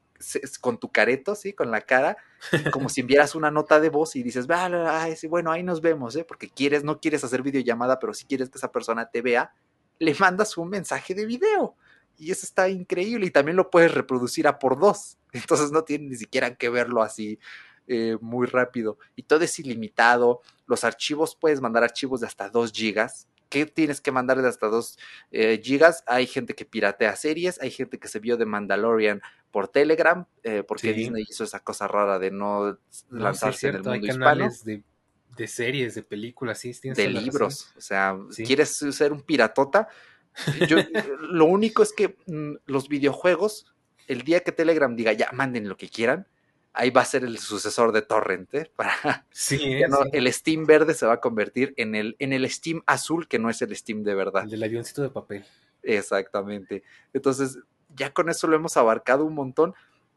con tu careto, ¿sí? Con la cara, y como si enviaras una nota de voz y dices, ah, sí, bueno, ahí nos vemos, ¿eh? Porque quieres, no quieres hacer videollamada, pero si quieres que esa persona te vea, le mandas un mensaje de video. Y eso está increíble. Y también lo puedes reproducir a por dos. Entonces no tienes ni siquiera que verlo así eh, muy rápido. Y todo es ilimitado. Los archivos, puedes mandar archivos de hasta dos gigas. ¿Qué tienes que mandar de hasta dos eh, gigas? Hay gente que piratea series, hay gente que se vio de Mandalorian por Telegram, eh, porque Sí. Disney hizo esa cosa rara de no No, sí es lanzarse en el cierto. Hay mundo hispano, canales de, de series, de películas, sí, tienes de toda la razón. libros. O sea, Sí. ¿quieres ser un piratota? Yo, lo único es que mmm, los videojuegos, el día que Telegram diga ya manden lo que quieran, ahí va a ser el sucesor de Torrent, ¿eh? Para, Sí, ya ¿eh? no, Sí. el Steam verde se va a convertir en el, en el Steam azul, que no es el Steam de El verdad. del avioncito de papel. Exactamente. Entonces, ya con eso lo hemos abarcado un montón.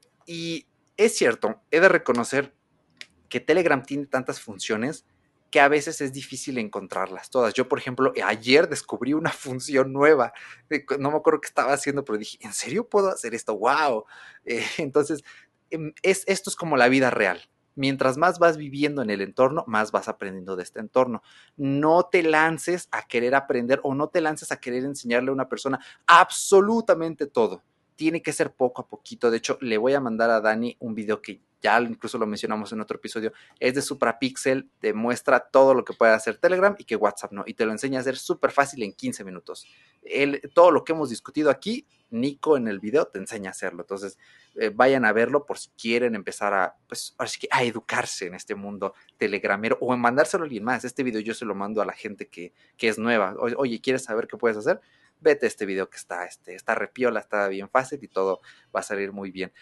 Y es cierto, he de reconocer que Telegram tiene tantas funciones que a veces es difícil encontrarlas todas. Yo, por ejemplo, ayer descubrí una función nueva. No me acuerdo qué estaba haciendo, pero dije, ¿en serio puedo hacer esto? ¡Wow! Eh, entonces, es, esto es como la vida real. Mientras más vas viviendo en el entorno, más vas aprendiendo de este entorno. No te lances a querer aprender o no te lances a querer enseñarle a una persona absolutamente todo. Tiene que ser poco a poquito. De hecho, le voy a mandar a Dani un video que ya incluso lo mencionamos en otro episodio, es de Suprapixel, te muestra todo lo que puede hacer Telegram y que WhatsApp no, y te lo enseña a hacer súper fácil en quince minutos. El, todo lo que hemos discutido aquí Nico en el video te enseña a hacerlo. Entonces, eh, vayan a verlo por si quieren empezar a, pues, ahora sí que a educarse en este mundo telegramero o en mandárselo a alguien más. Este video yo se lo mando a la gente que, que es nueva. O, oye, ¿quieres saber qué puedes hacer? Vete a este video que está, este, está repiola, está bien fácil y todo va a salir muy bien.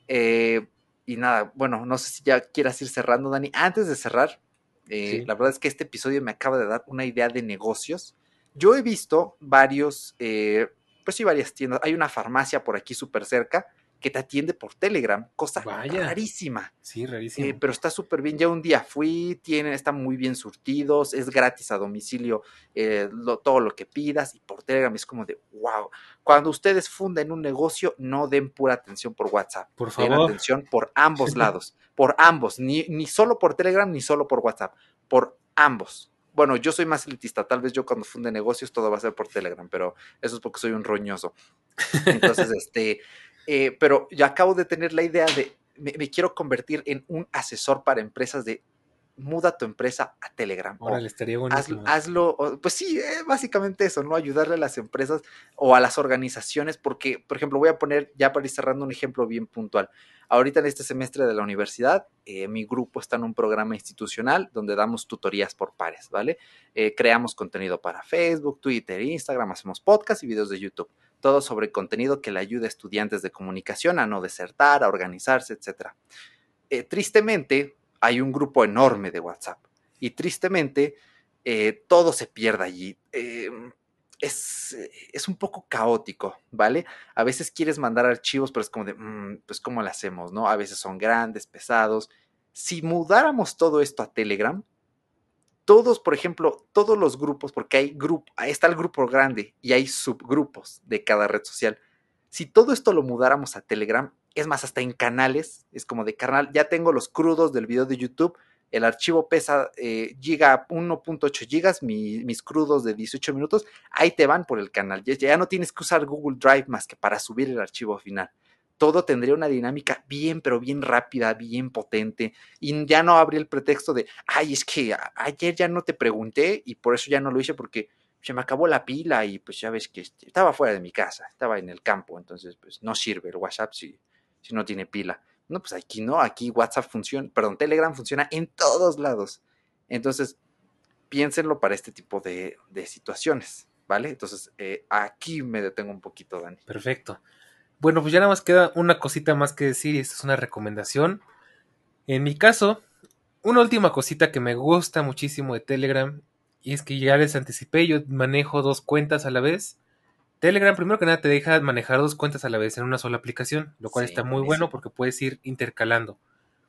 Eh, y nada, bueno, no sé si ya quieras ir cerrando, Dani. Antes de cerrar, eh, Sí. la verdad es que este episodio me acaba de dar una idea de negocios. Yo he visto varios, eh, pues sí, varias tiendas. Hay una farmacia por aquí súper cerca que te atiende por Telegram, cosa Vaya. rarísima. Sí, Eh, rarísimo. pero está súper bien. Ya un día fui, tienen, están muy bien surtidos, es gratis a domicilio eh, lo, todo lo que pidas y por Telegram es como de wow. Cuando ustedes funden un negocio, no den pura atención por WhatsApp, Por den favor. atención por ambos lados, por ambos, ni, ni solo por Telegram ni solo por WhatsApp, por ambos. Bueno, yo soy más elitista, tal vez yo cuando funde negocios todo va a ser por Telegram, pero eso es porque soy un roñoso. Entonces, este, eh, pero ya acabo de tener la idea de, me, me, quiero convertir en un asesor para empresas de muda tu empresa a Telegram o Órale, estaría haz, buenísimo. hazlo, o, pues sí, eh, básicamente eso, ¿no? Ayudarle a las empresas o a las organizaciones, porque, por ejemplo, voy a poner, ya para ir cerrando un ejemplo bien puntual. Ahorita en este semestre de la universidad, eh, mi grupo está en un programa institucional donde damos tutorías por pares, ¿vale? Eh, creamos contenido para Facebook, Twitter, Instagram, hacemos podcast y videos de YouTube. Todo sobre contenido que le ayude a estudiantes de comunicación a no desertar, a organizarse, etcétera. Eh, tristemente, hay un grupo enorme de WhatsApp y tristemente eh, todo se pierde allí. Eh, es, es, un poco caótico, ¿vale? A veces quieres mandar archivos, pero es como de, mmm, pues ¿cómo lo hacemos, no? A veces son grandes, pesados. Si mudáramos todo esto a Telegram, todos, por ejemplo, todos los grupos, porque hay grupo, ahí está el grupo grande y hay subgrupos de cada red social. Si todo esto lo mudáramos a Telegram, es más, hasta en canales, es como de canal, ya tengo los crudos del video de YouTube, el archivo pesa eh, giga uno punto ocho gigas, mi, mis crudos de dieciocho minutos, ahí te van por el canal. Ya, ya no tienes que usar Google Drive más que para subir el archivo final. Todo tendría una dinámica bien, pero bien rápida, bien potente, y ya no habría el pretexto de, ay, es que ayer ya no te pregunté y por eso ya no lo hice porque se me acabó la pila y pues ya ves que estaba fuera de mi casa, estaba en el campo, entonces pues no sirve el WhatsApp si, si no tiene pila. No, pues aquí no, aquí WhatsApp funciona, perdón, Telegram funciona en todos lados. Entonces, piénsenlo para este tipo de, de situaciones, ¿vale? Entonces, eh, aquí me detengo un poquito, Dani. Perfecto. Bueno, pues ya nada más queda una cosita más que decir y esta es una recomendación. En mi caso, una última cosita que me gusta muchísimo de Telegram y es que ya les anticipé, yo manejo dos cuentas a la vez. Telegram, primero que nada, te deja manejar dos cuentas a la vez en una sola aplicación, lo cual Sí, está muy bueno buenísimo. porque puedes ir intercalando.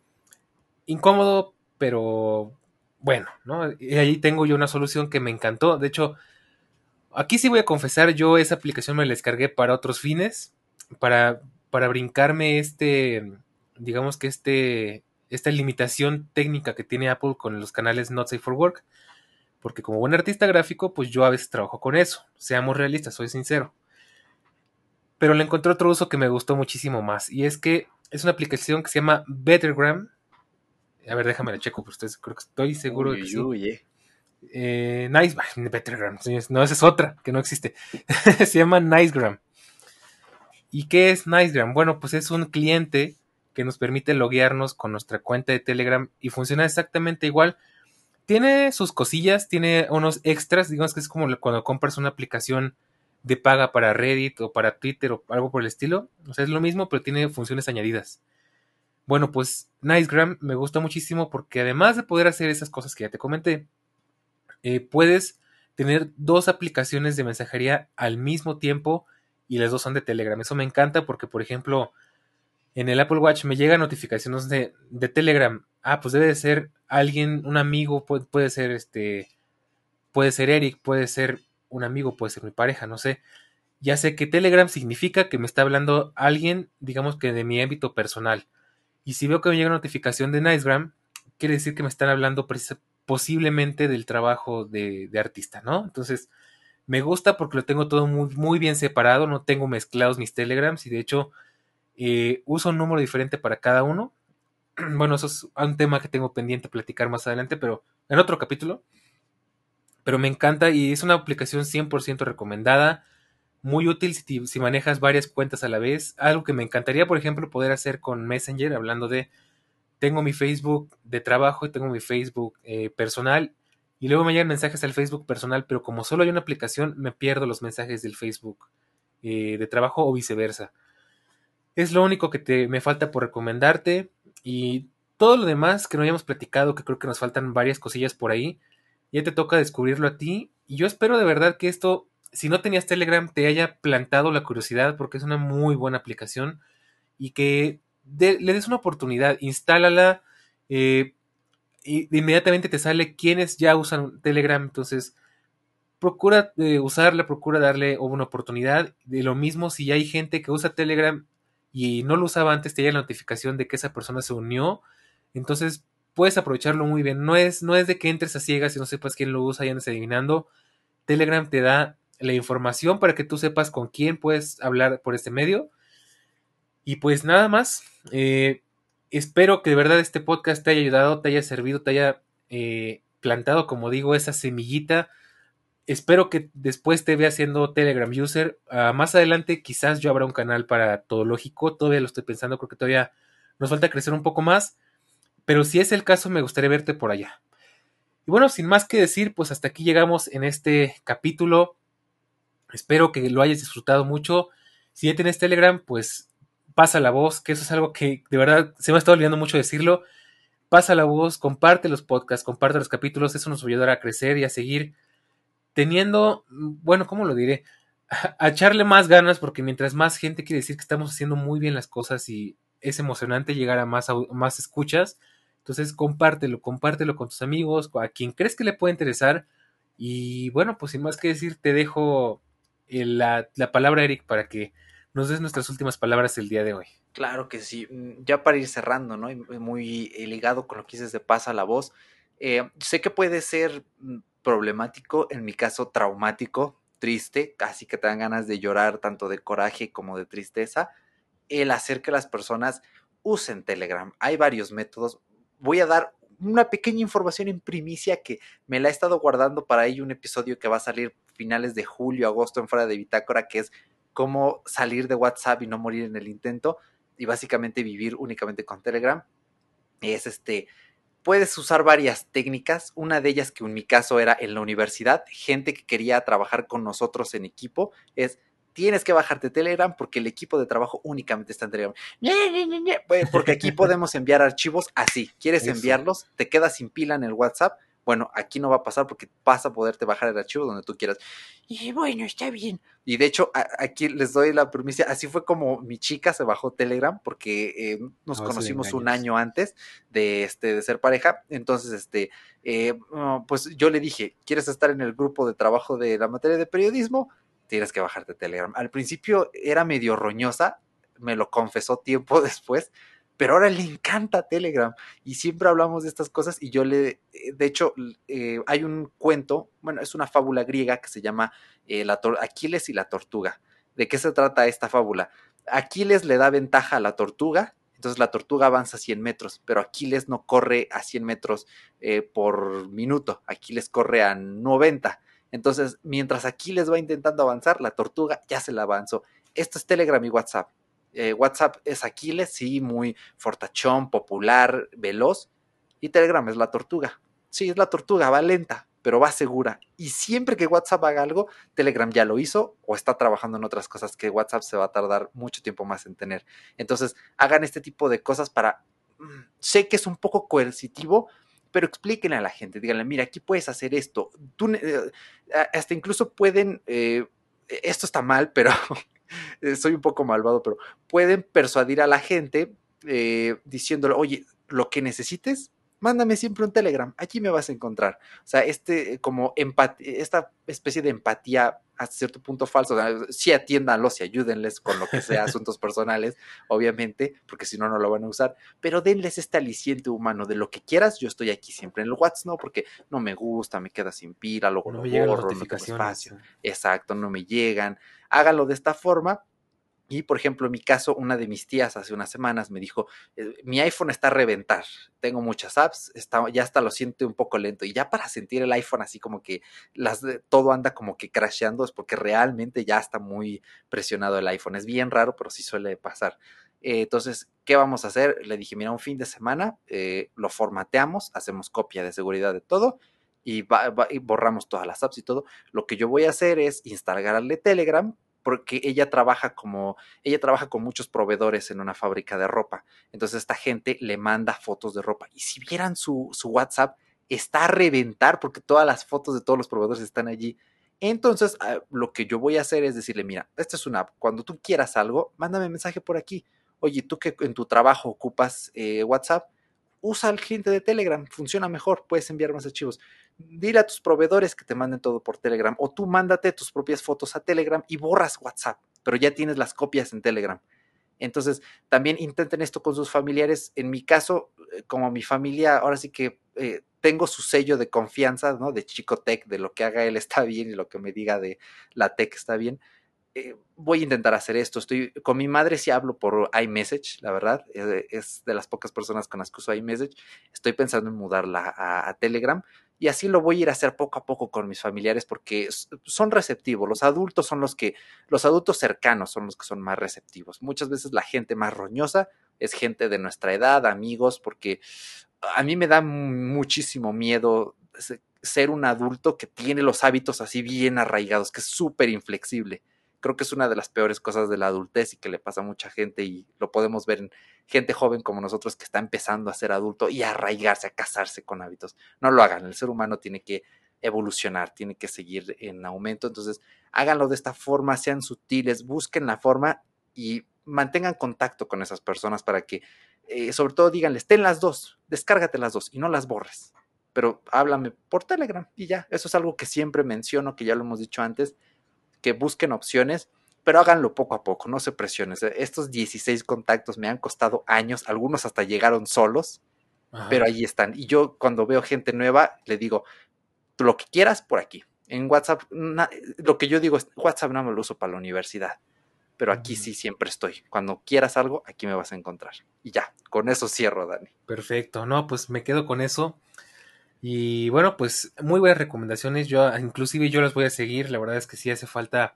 Incómodo, pero bueno, ¿no? Y ahí tengo yo una solución que me encantó. De hecho, aquí sí voy a confesar, yo esa aplicación me la descargué para otros fines, para, para brincarme este, digamos que este, esta limitación técnica que tiene Apple con los canales Not Safe for Work, porque como buen artista gráfico, pues yo a veces trabajo con eso, seamos realistas, soy sincero. Pero le encontré otro uso que me gustó muchísimo más, y es que es una aplicación que se llama Bettergram. A ver, déjame la checo, pero ustedes, creo que estoy seguro de Uy, que uy, sí. uy, eh. Eh, nice, Bettergram, no, esa es otra, que no existe. Se llama Nicegram. ¿Y qué es Nicegram? Bueno, pues es un cliente que nos permite loguearnos con nuestra cuenta de Telegram y funciona exactamente igual. Tiene sus cosillas, tiene unos extras, digamos que es como cuando compras una aplicación de paga para Reddit o para Twitter o algo por el estilo. O sea, es lo mismo, pero tiene funciones añadidas. Bueno, pues Nicegram me gusta muchísimo porque además de poder hacer esas cosas que ya te comenté, eh, puedes tener dos aplicaciones de mensajería al mismo tiempo y las dos son de Telegram. Eso me encanta porque, por ejemplo, en el Apple Watch me llegan notificaciones de, de Telegram. Ah, pues debe de ser alguien, un amigo, puede, puede ser este, puede ser Eric, puede ser un amigo, puede ser mi pareja, no sé. Ya sé que Telegram significa que me está hablando alguien, digamos que de mi ámbito personal. Y si veo que me llega una notificación de Nicegram, quiere decir que me están hablando posiblemente del trabajo de, de artista, ¿no? Entonces, me gusta porque lo tengo todo muy, muy bien separado, no tengo mezclados mis Telegrams y de hecho eh, uso un número diferente para cada uno. Bueno, eso es un tema que tengo pendiente platicar más adelante, pero en otro capítulo. Pero me encanta y es una aplicación cien por ciento recomendada. muy útil si, si manejas varias cuentas a la vez. Algo que me encantaría, por ejemplo, poder hacer con Messenger, hablando de, tengo mi Facebook de trabajo y tengo mi Facebook eh, personal, y luego me llegan mensajes al Facebook personal, pero como solo hay una aplicación, me pierdo los mensajes del Facebook eh, de trabajo o viceversa. Es lo único que te, me falta por recomendarte, y todo lo demás que no hayamos platicado, que creo que nos faltan varias cosillas por ahí, ya te toca descubrirlo a ti. Y yo espero de verdad que esto, si no tenías Telegram, te haya plantado la curiosidad, porque es una muy buena aplicación, y que de, le des una oportunidad, instálala, eh, y inmediatamente te sale quienes ya usan Telegram. Entonces procura eh, usarla, procura darle una oportunidad. De lo mismo, si ya hay gente que usa Telegram y no lo usaba antes, te llega la notificación de que esa persona se unió. Entonces puedes aprovecharlo muy bien. No es, no es de que entres a ciegas y no sepas quién lo usa y andes adivinando. Telegram te da la información para que tú sepas con quién puedes hablar por este medio. Y pues nada más. Eh, espero que de verdad este podcast te haya ayudado, te haya servido, te haya eh, plantado, como digo, esa semillita. Espero que después te vea siendo Telegram user. Uh, más adelante quizás yo abra un canal para Todológico. Todavía lo estoy pensando, creo que todavía nos falta crecer un poco más. Pero si es el caso, me gustaría verte por allá. Y bueno, sin más que decir, pues hasta aquí llegamos en este capítulo. Espero que lo hayas disfrutado mucho. Si ya tienes Telegram, pues pasa la voz, que eso es algo que de verdad se me ha estado olvidando mucho decirlo. Pasa la voz, comparte los podcasts, comparte los capítulos. Eso nos va a ayudar a crecer y a seguir teniendo, bueno, ¿cómo lo diré? A, a echarle más ganas, porque mientras más gente, quiere decir que estamos haciendo muy bien las cosas y es emocionante llegar a más, a más escuchas. Entonces compártelo, compártelo con tus amigos, a quien crees que le puede interesar. Y bueno, pues sin más que decir, te dejo el, la, la palabra, Eric, para que nos des nuestras últimas palabras el día de hoy. Claro que sí. Mm, Ya para ir cerrando, ¿no? Y muy eh, ligado con lo que dices de pasa la voz. eh, sé que puede ser mm, problemático, en mi caso traumático, triste, casi que te dan ganas de llorar tanto de coraje como de tristeza, el hacer que las personas usen Telegram. Hay varios métodos. Voy a dar una pequeña información en primicia que me la he estado guardando para ello, un episodio que va a salir finales de julio, agosto en Fuera de Bitácora, que es cómo salir de WhatsApp y no morir en el intento y básicamente vivir únicamente con Telegram. Es este, puedes usar varias técnicas, una de ellas que en mi caso era en la universidad, gente que quería trabajar con nosotros en equipo, es tienes que bajarte Telegram porque el equipo de trabajo únicamente está en Telegram. Porque aquí podemos enviar archivos así, quieres Eso. enviarlos, te quedas sin pila en el WhatsApp, bueno, aquí no va a pasar porque vas a poderte bajar el archivo donde tú quieras. Y bueno, está bien. Y de hecho, a, aquí les doy la primicia, así fue como mi chica se bajó Telegram porque eh, nos A base de conocimos un engaños. año antes de, este, de ser pareja. Entonces, este, eh, uh, pues yo le dije, ¿quieres estar en el grupo de trabajo de la materia de periodismo? Tienes que bajarte Telegram. Al principio era medio roñosa, me lo confesó tiempo después, pero ahora le encanta Telegram y siempre hablamos de estas cosas y yo le, eh, de hecho, eh, hay un cuento, bueno, es una fábula griega que se llama eh, la Aquiles y la tortuga. ¿De qué se trata esta fábula? Aquiles le da ventaja a la tortuga, entonces la tortuga avanza cien metros, pero Aquiles no corre a cien metros eh, por minuto, Aquiles corre a noventa. Entonces, mientras Aquiles va intentando avanzar, la tortuga ya se la avanzó. Esto es Telegram y WhatsApp. Eh, WhatsApp es Aquiles, sí, muy fortachón, popular, veloz. Y Telegram es la tortuga. Sí, es la tortuga, va lenta, pero va segura. Y siempre que WhatsApp haga algo, Telegram ya lo hizo o está trabajando en otras cosas que WhatsApp se va a tardar mucho tiempo más en tener. Entonces, hagan este tipo de cosas para... Sé que es un poco coercitivo, pero explíquenle a la gente, díganle, mira, aquí puedes hacer esto. Tú, eh, hasta incluso pueden, eh, esto está mal, pero soy un poco malvado, pero pueden persuadir a la gente eh, diciéndole, oye, lo que necesites, mándame siempre un Telegram, aquí me vas a encontrar. O sea, este, como esta especie de empatía hasta cierto punto falso, o sea, sí atiéndanlos y ayúdenles con lo que sea, asuntos personales, obviamente, porque si no, no lo van a usar, pero denles este aliciente humano de lo que quieras, yo estoy aquí siempre. En el WhatsApp no, porque no me gusta, me queda sin pila, luego No lo me llegan las borro, no tengo notificaciones. espacio, exacto, no me llegan. Háganlo de esta forma Y, por ejemplo, en mi caso, una de mis tías hace unas semanas me dijo, eh, mi iPhone está a reventar, tengo muchas apps, está, ya hasta lo siento un poco lento. Y ya para sentir el iPhone así como que las, todo anda como que crasheando, es porque realmente ya está muy presionado el iPhone. Es bien raro, pero sí suele pasar. Eh, entonces, ¿qué vamos a hacer? Le dije, mira, un fin de semana eh, lo formateamos, hacemos copia de seguridad de todo y, va, va, y borramos todas las apps y todo. Lo que yo voy a hacer es instalarle Telegram, porque ella trabaja como, ella trabaja con muchos proveedores en una fábrica de ropa. Entonces esta gente le manda fotos de ropa. Y si vieran su, su WhatsApp, está a reventar porque todas las fotos de todos los proveedores están allí. Entonces, uh, lo que yo voy a hacer es decirle, mira, esta es una app. Cuando tú quieras algo, mándame mensaje por aquí. Oye, tú que en tu trabajo ocupas eh, WhatsApp, usa el cliente de Telegram, funciona mejor, puedes enviar más archivos. Dile a tus proveedores que te manden todo por Telegram, o tú mándate tus propias fotos a Telegram y borras WhatsApp, pero ya tienes las copias en Telegram. Entonces, también intenten esto con sus familiares. En mi caso, como mi familia, ahora sí que eh, tengo su sello de confianza, ¿no? De Chico Tech, de lo que haga él está bien y lo que me diga de la Tech está bien. Eh, voy a intentar hacer esto. Estoy con mi madre, sí hablo por iMessage, la verdad, eh, es de las pocas personas con las que uso iMessage. Estoy pensando en mudarla a, a Telegram y así lo voy a ir a hacer poco a poco con mis familiares porque son receptivos. Los adultos son los que, los adultos cercanos son los que son más receptivos. Muchas veces la gente más roñosa es gente de nuestra edad, amigos, porque a mí me da muchísimo miedo ser un adulto que tiene los hábitos así bien arraigados, que es súper inflexible. Creo que es una de las peores cosas de la adultez y que le pasa a mucha gente, y lo podemos ver en gente joven como nosotros que está empezando a ser adulto y a arraigarse, a casarse con hábitos. No lo hagan, el ser humano tiene que evolucionar, tiene que seguir en aumento, entonces háganlo de esta forma, sean sutiles, busquen la forma y mantengan contacto con esas personas para que, eh, sobre todo díganles, ten las dos, descárgate las dos y no las borres, pero háblame por Telegram y ya. Eso es algo que siempre menciono, que ya lo hemos dicho antes, que busquen opciones, pero háganlo poco a poco, no se presionen. Estos dieciséis contactos me han costado años, algunos hasta llegaron solos, ajá, pero ahí están. Y yo cuando veo gente nueva, le digo, lo que quieras por aquí. En WhatsApp, na, lo que yo digo es, WhatsApp no me lo uso para la universidad, pero aquí sí siempre estoy. Cuando quieras algo, aquí me vas a encontrar. Y ya, con eso cierro, Dani. Perfecto, no, pues me quedo con eso. Y bueno, pues muy buenas recomendaciones. Yo, inclusive yo las voy a seguir. La verdad es que sí hace falta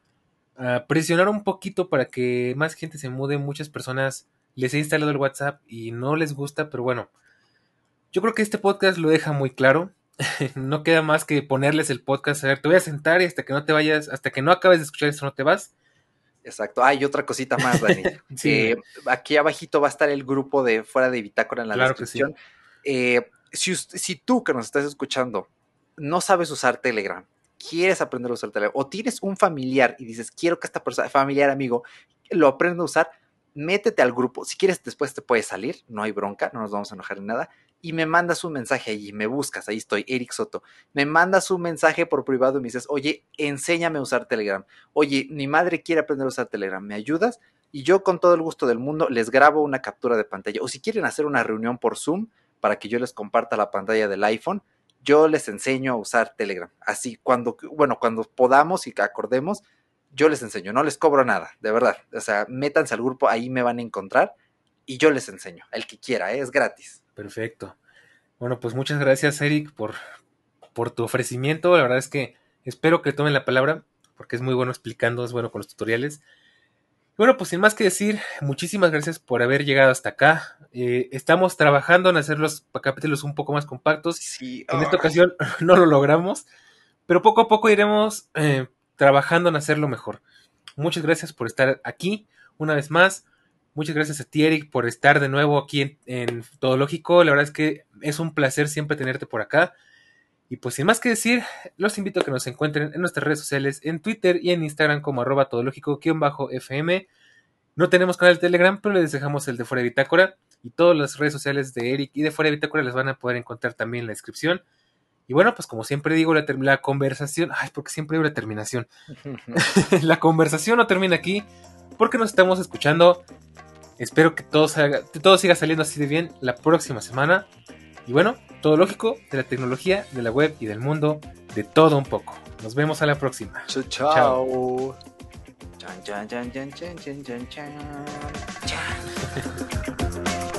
uh, presionar un poquito para que más gente se mude. Muchas personas les he instalado el WhatsApp y no les gusta, pero bueno, yo creo que este podcast lo deja muy claro. No queda más que ponerles el podcast. A ver, te voy a sentar y hasta que no te vayas, hasta que no acabes de escuchar esto no te vas. Exacto. Ah, y otra cosita más, Dani. sí, eh, aquí abajito va a estar el grupo de Fuera de Bitácora en la claro descripción. Que sí. eh, si, si tú que nos estás escuchando no sabes usar Telegram, quieres aprender a usar Telegram, o tienes un familiar y dices, quiero que esta persona, familiar, amigo, lo aprenda a usar, métete al grupo. Si quieres, después te puedes salir, no hay bronca, no nos vamos a enojar ni nada. Y me mandas un mensaje allí, me buscas, ahí estoy, Eric Soto. Me mandas un mensaje por privado y me dices, oye, enséñame a usar Telegram. Oye, mi madre quiere aprender a usar Telegram, ¿me ayudas? Y yo con todo el gusto del mundo les grabo una captura de pantalla. O si quieren hacer una reunión por Zoom para que yo les comparta la pantalla del iPhone, yo les enseño a usar Telegram. Así, cuando, bueno, cuando podamos y acordemos, yo les enseño, no les cobro nada, de verdad. O sea, métanse al grupo, ahí me van a encontrar y yo les enseño, el que quiera, ¿eh? Es gratis. Perfecto. Bueno, pues muchas gracias, Eric, por, por tu ofrecimiento. La verdad es que espero que tomen la palabra, porque es muy bueno explicando, es bueno con los tutoriales. Bueno, pues sin más que decir, muchísimas gracias por haber llegado hasta acá. Eh, estamos trabajando en hacer los capítulos un poco más compactos. Sí. En oh. esta ocasión no lo logramos, pero poco a poco iremos eh, trabajando en hacerlo mejor. Muchas gracias por estar aquí una vez más. Muchas gracias a ti, Eric, por estar de nuevo aquí en, en Todo Lógico. La verdad es que es un placer siempre tenerte por acá. Y pues sin más que decir, los invito a que nos encuentren en nuestras redes sociales, en Twitter y en Instagram como arroba todológico-fm. No tenemos canal de Telegram, pero les dejamos el de Fuera de Bitácora. Y todas las redes sociales de Eric y de Fuera de Bitácora las van a poder encontrar también en la descripción. Y bueno, pues como siempre digo, la, la conversación... Ay, porque siempre digo la terminación. La conversación no termina aquí, porque nos estamos escuchando. Espero que todo, salga, todo siga saliendo así de bien la próxima semana. Y bueno, todo lógico de la tecnología, de la web y del mundo, de todo un poco. Nos vemos a la próxima. Chao, chao. Chao. Chan, chan, chan, chan, chan, chan, chan, chan, chan.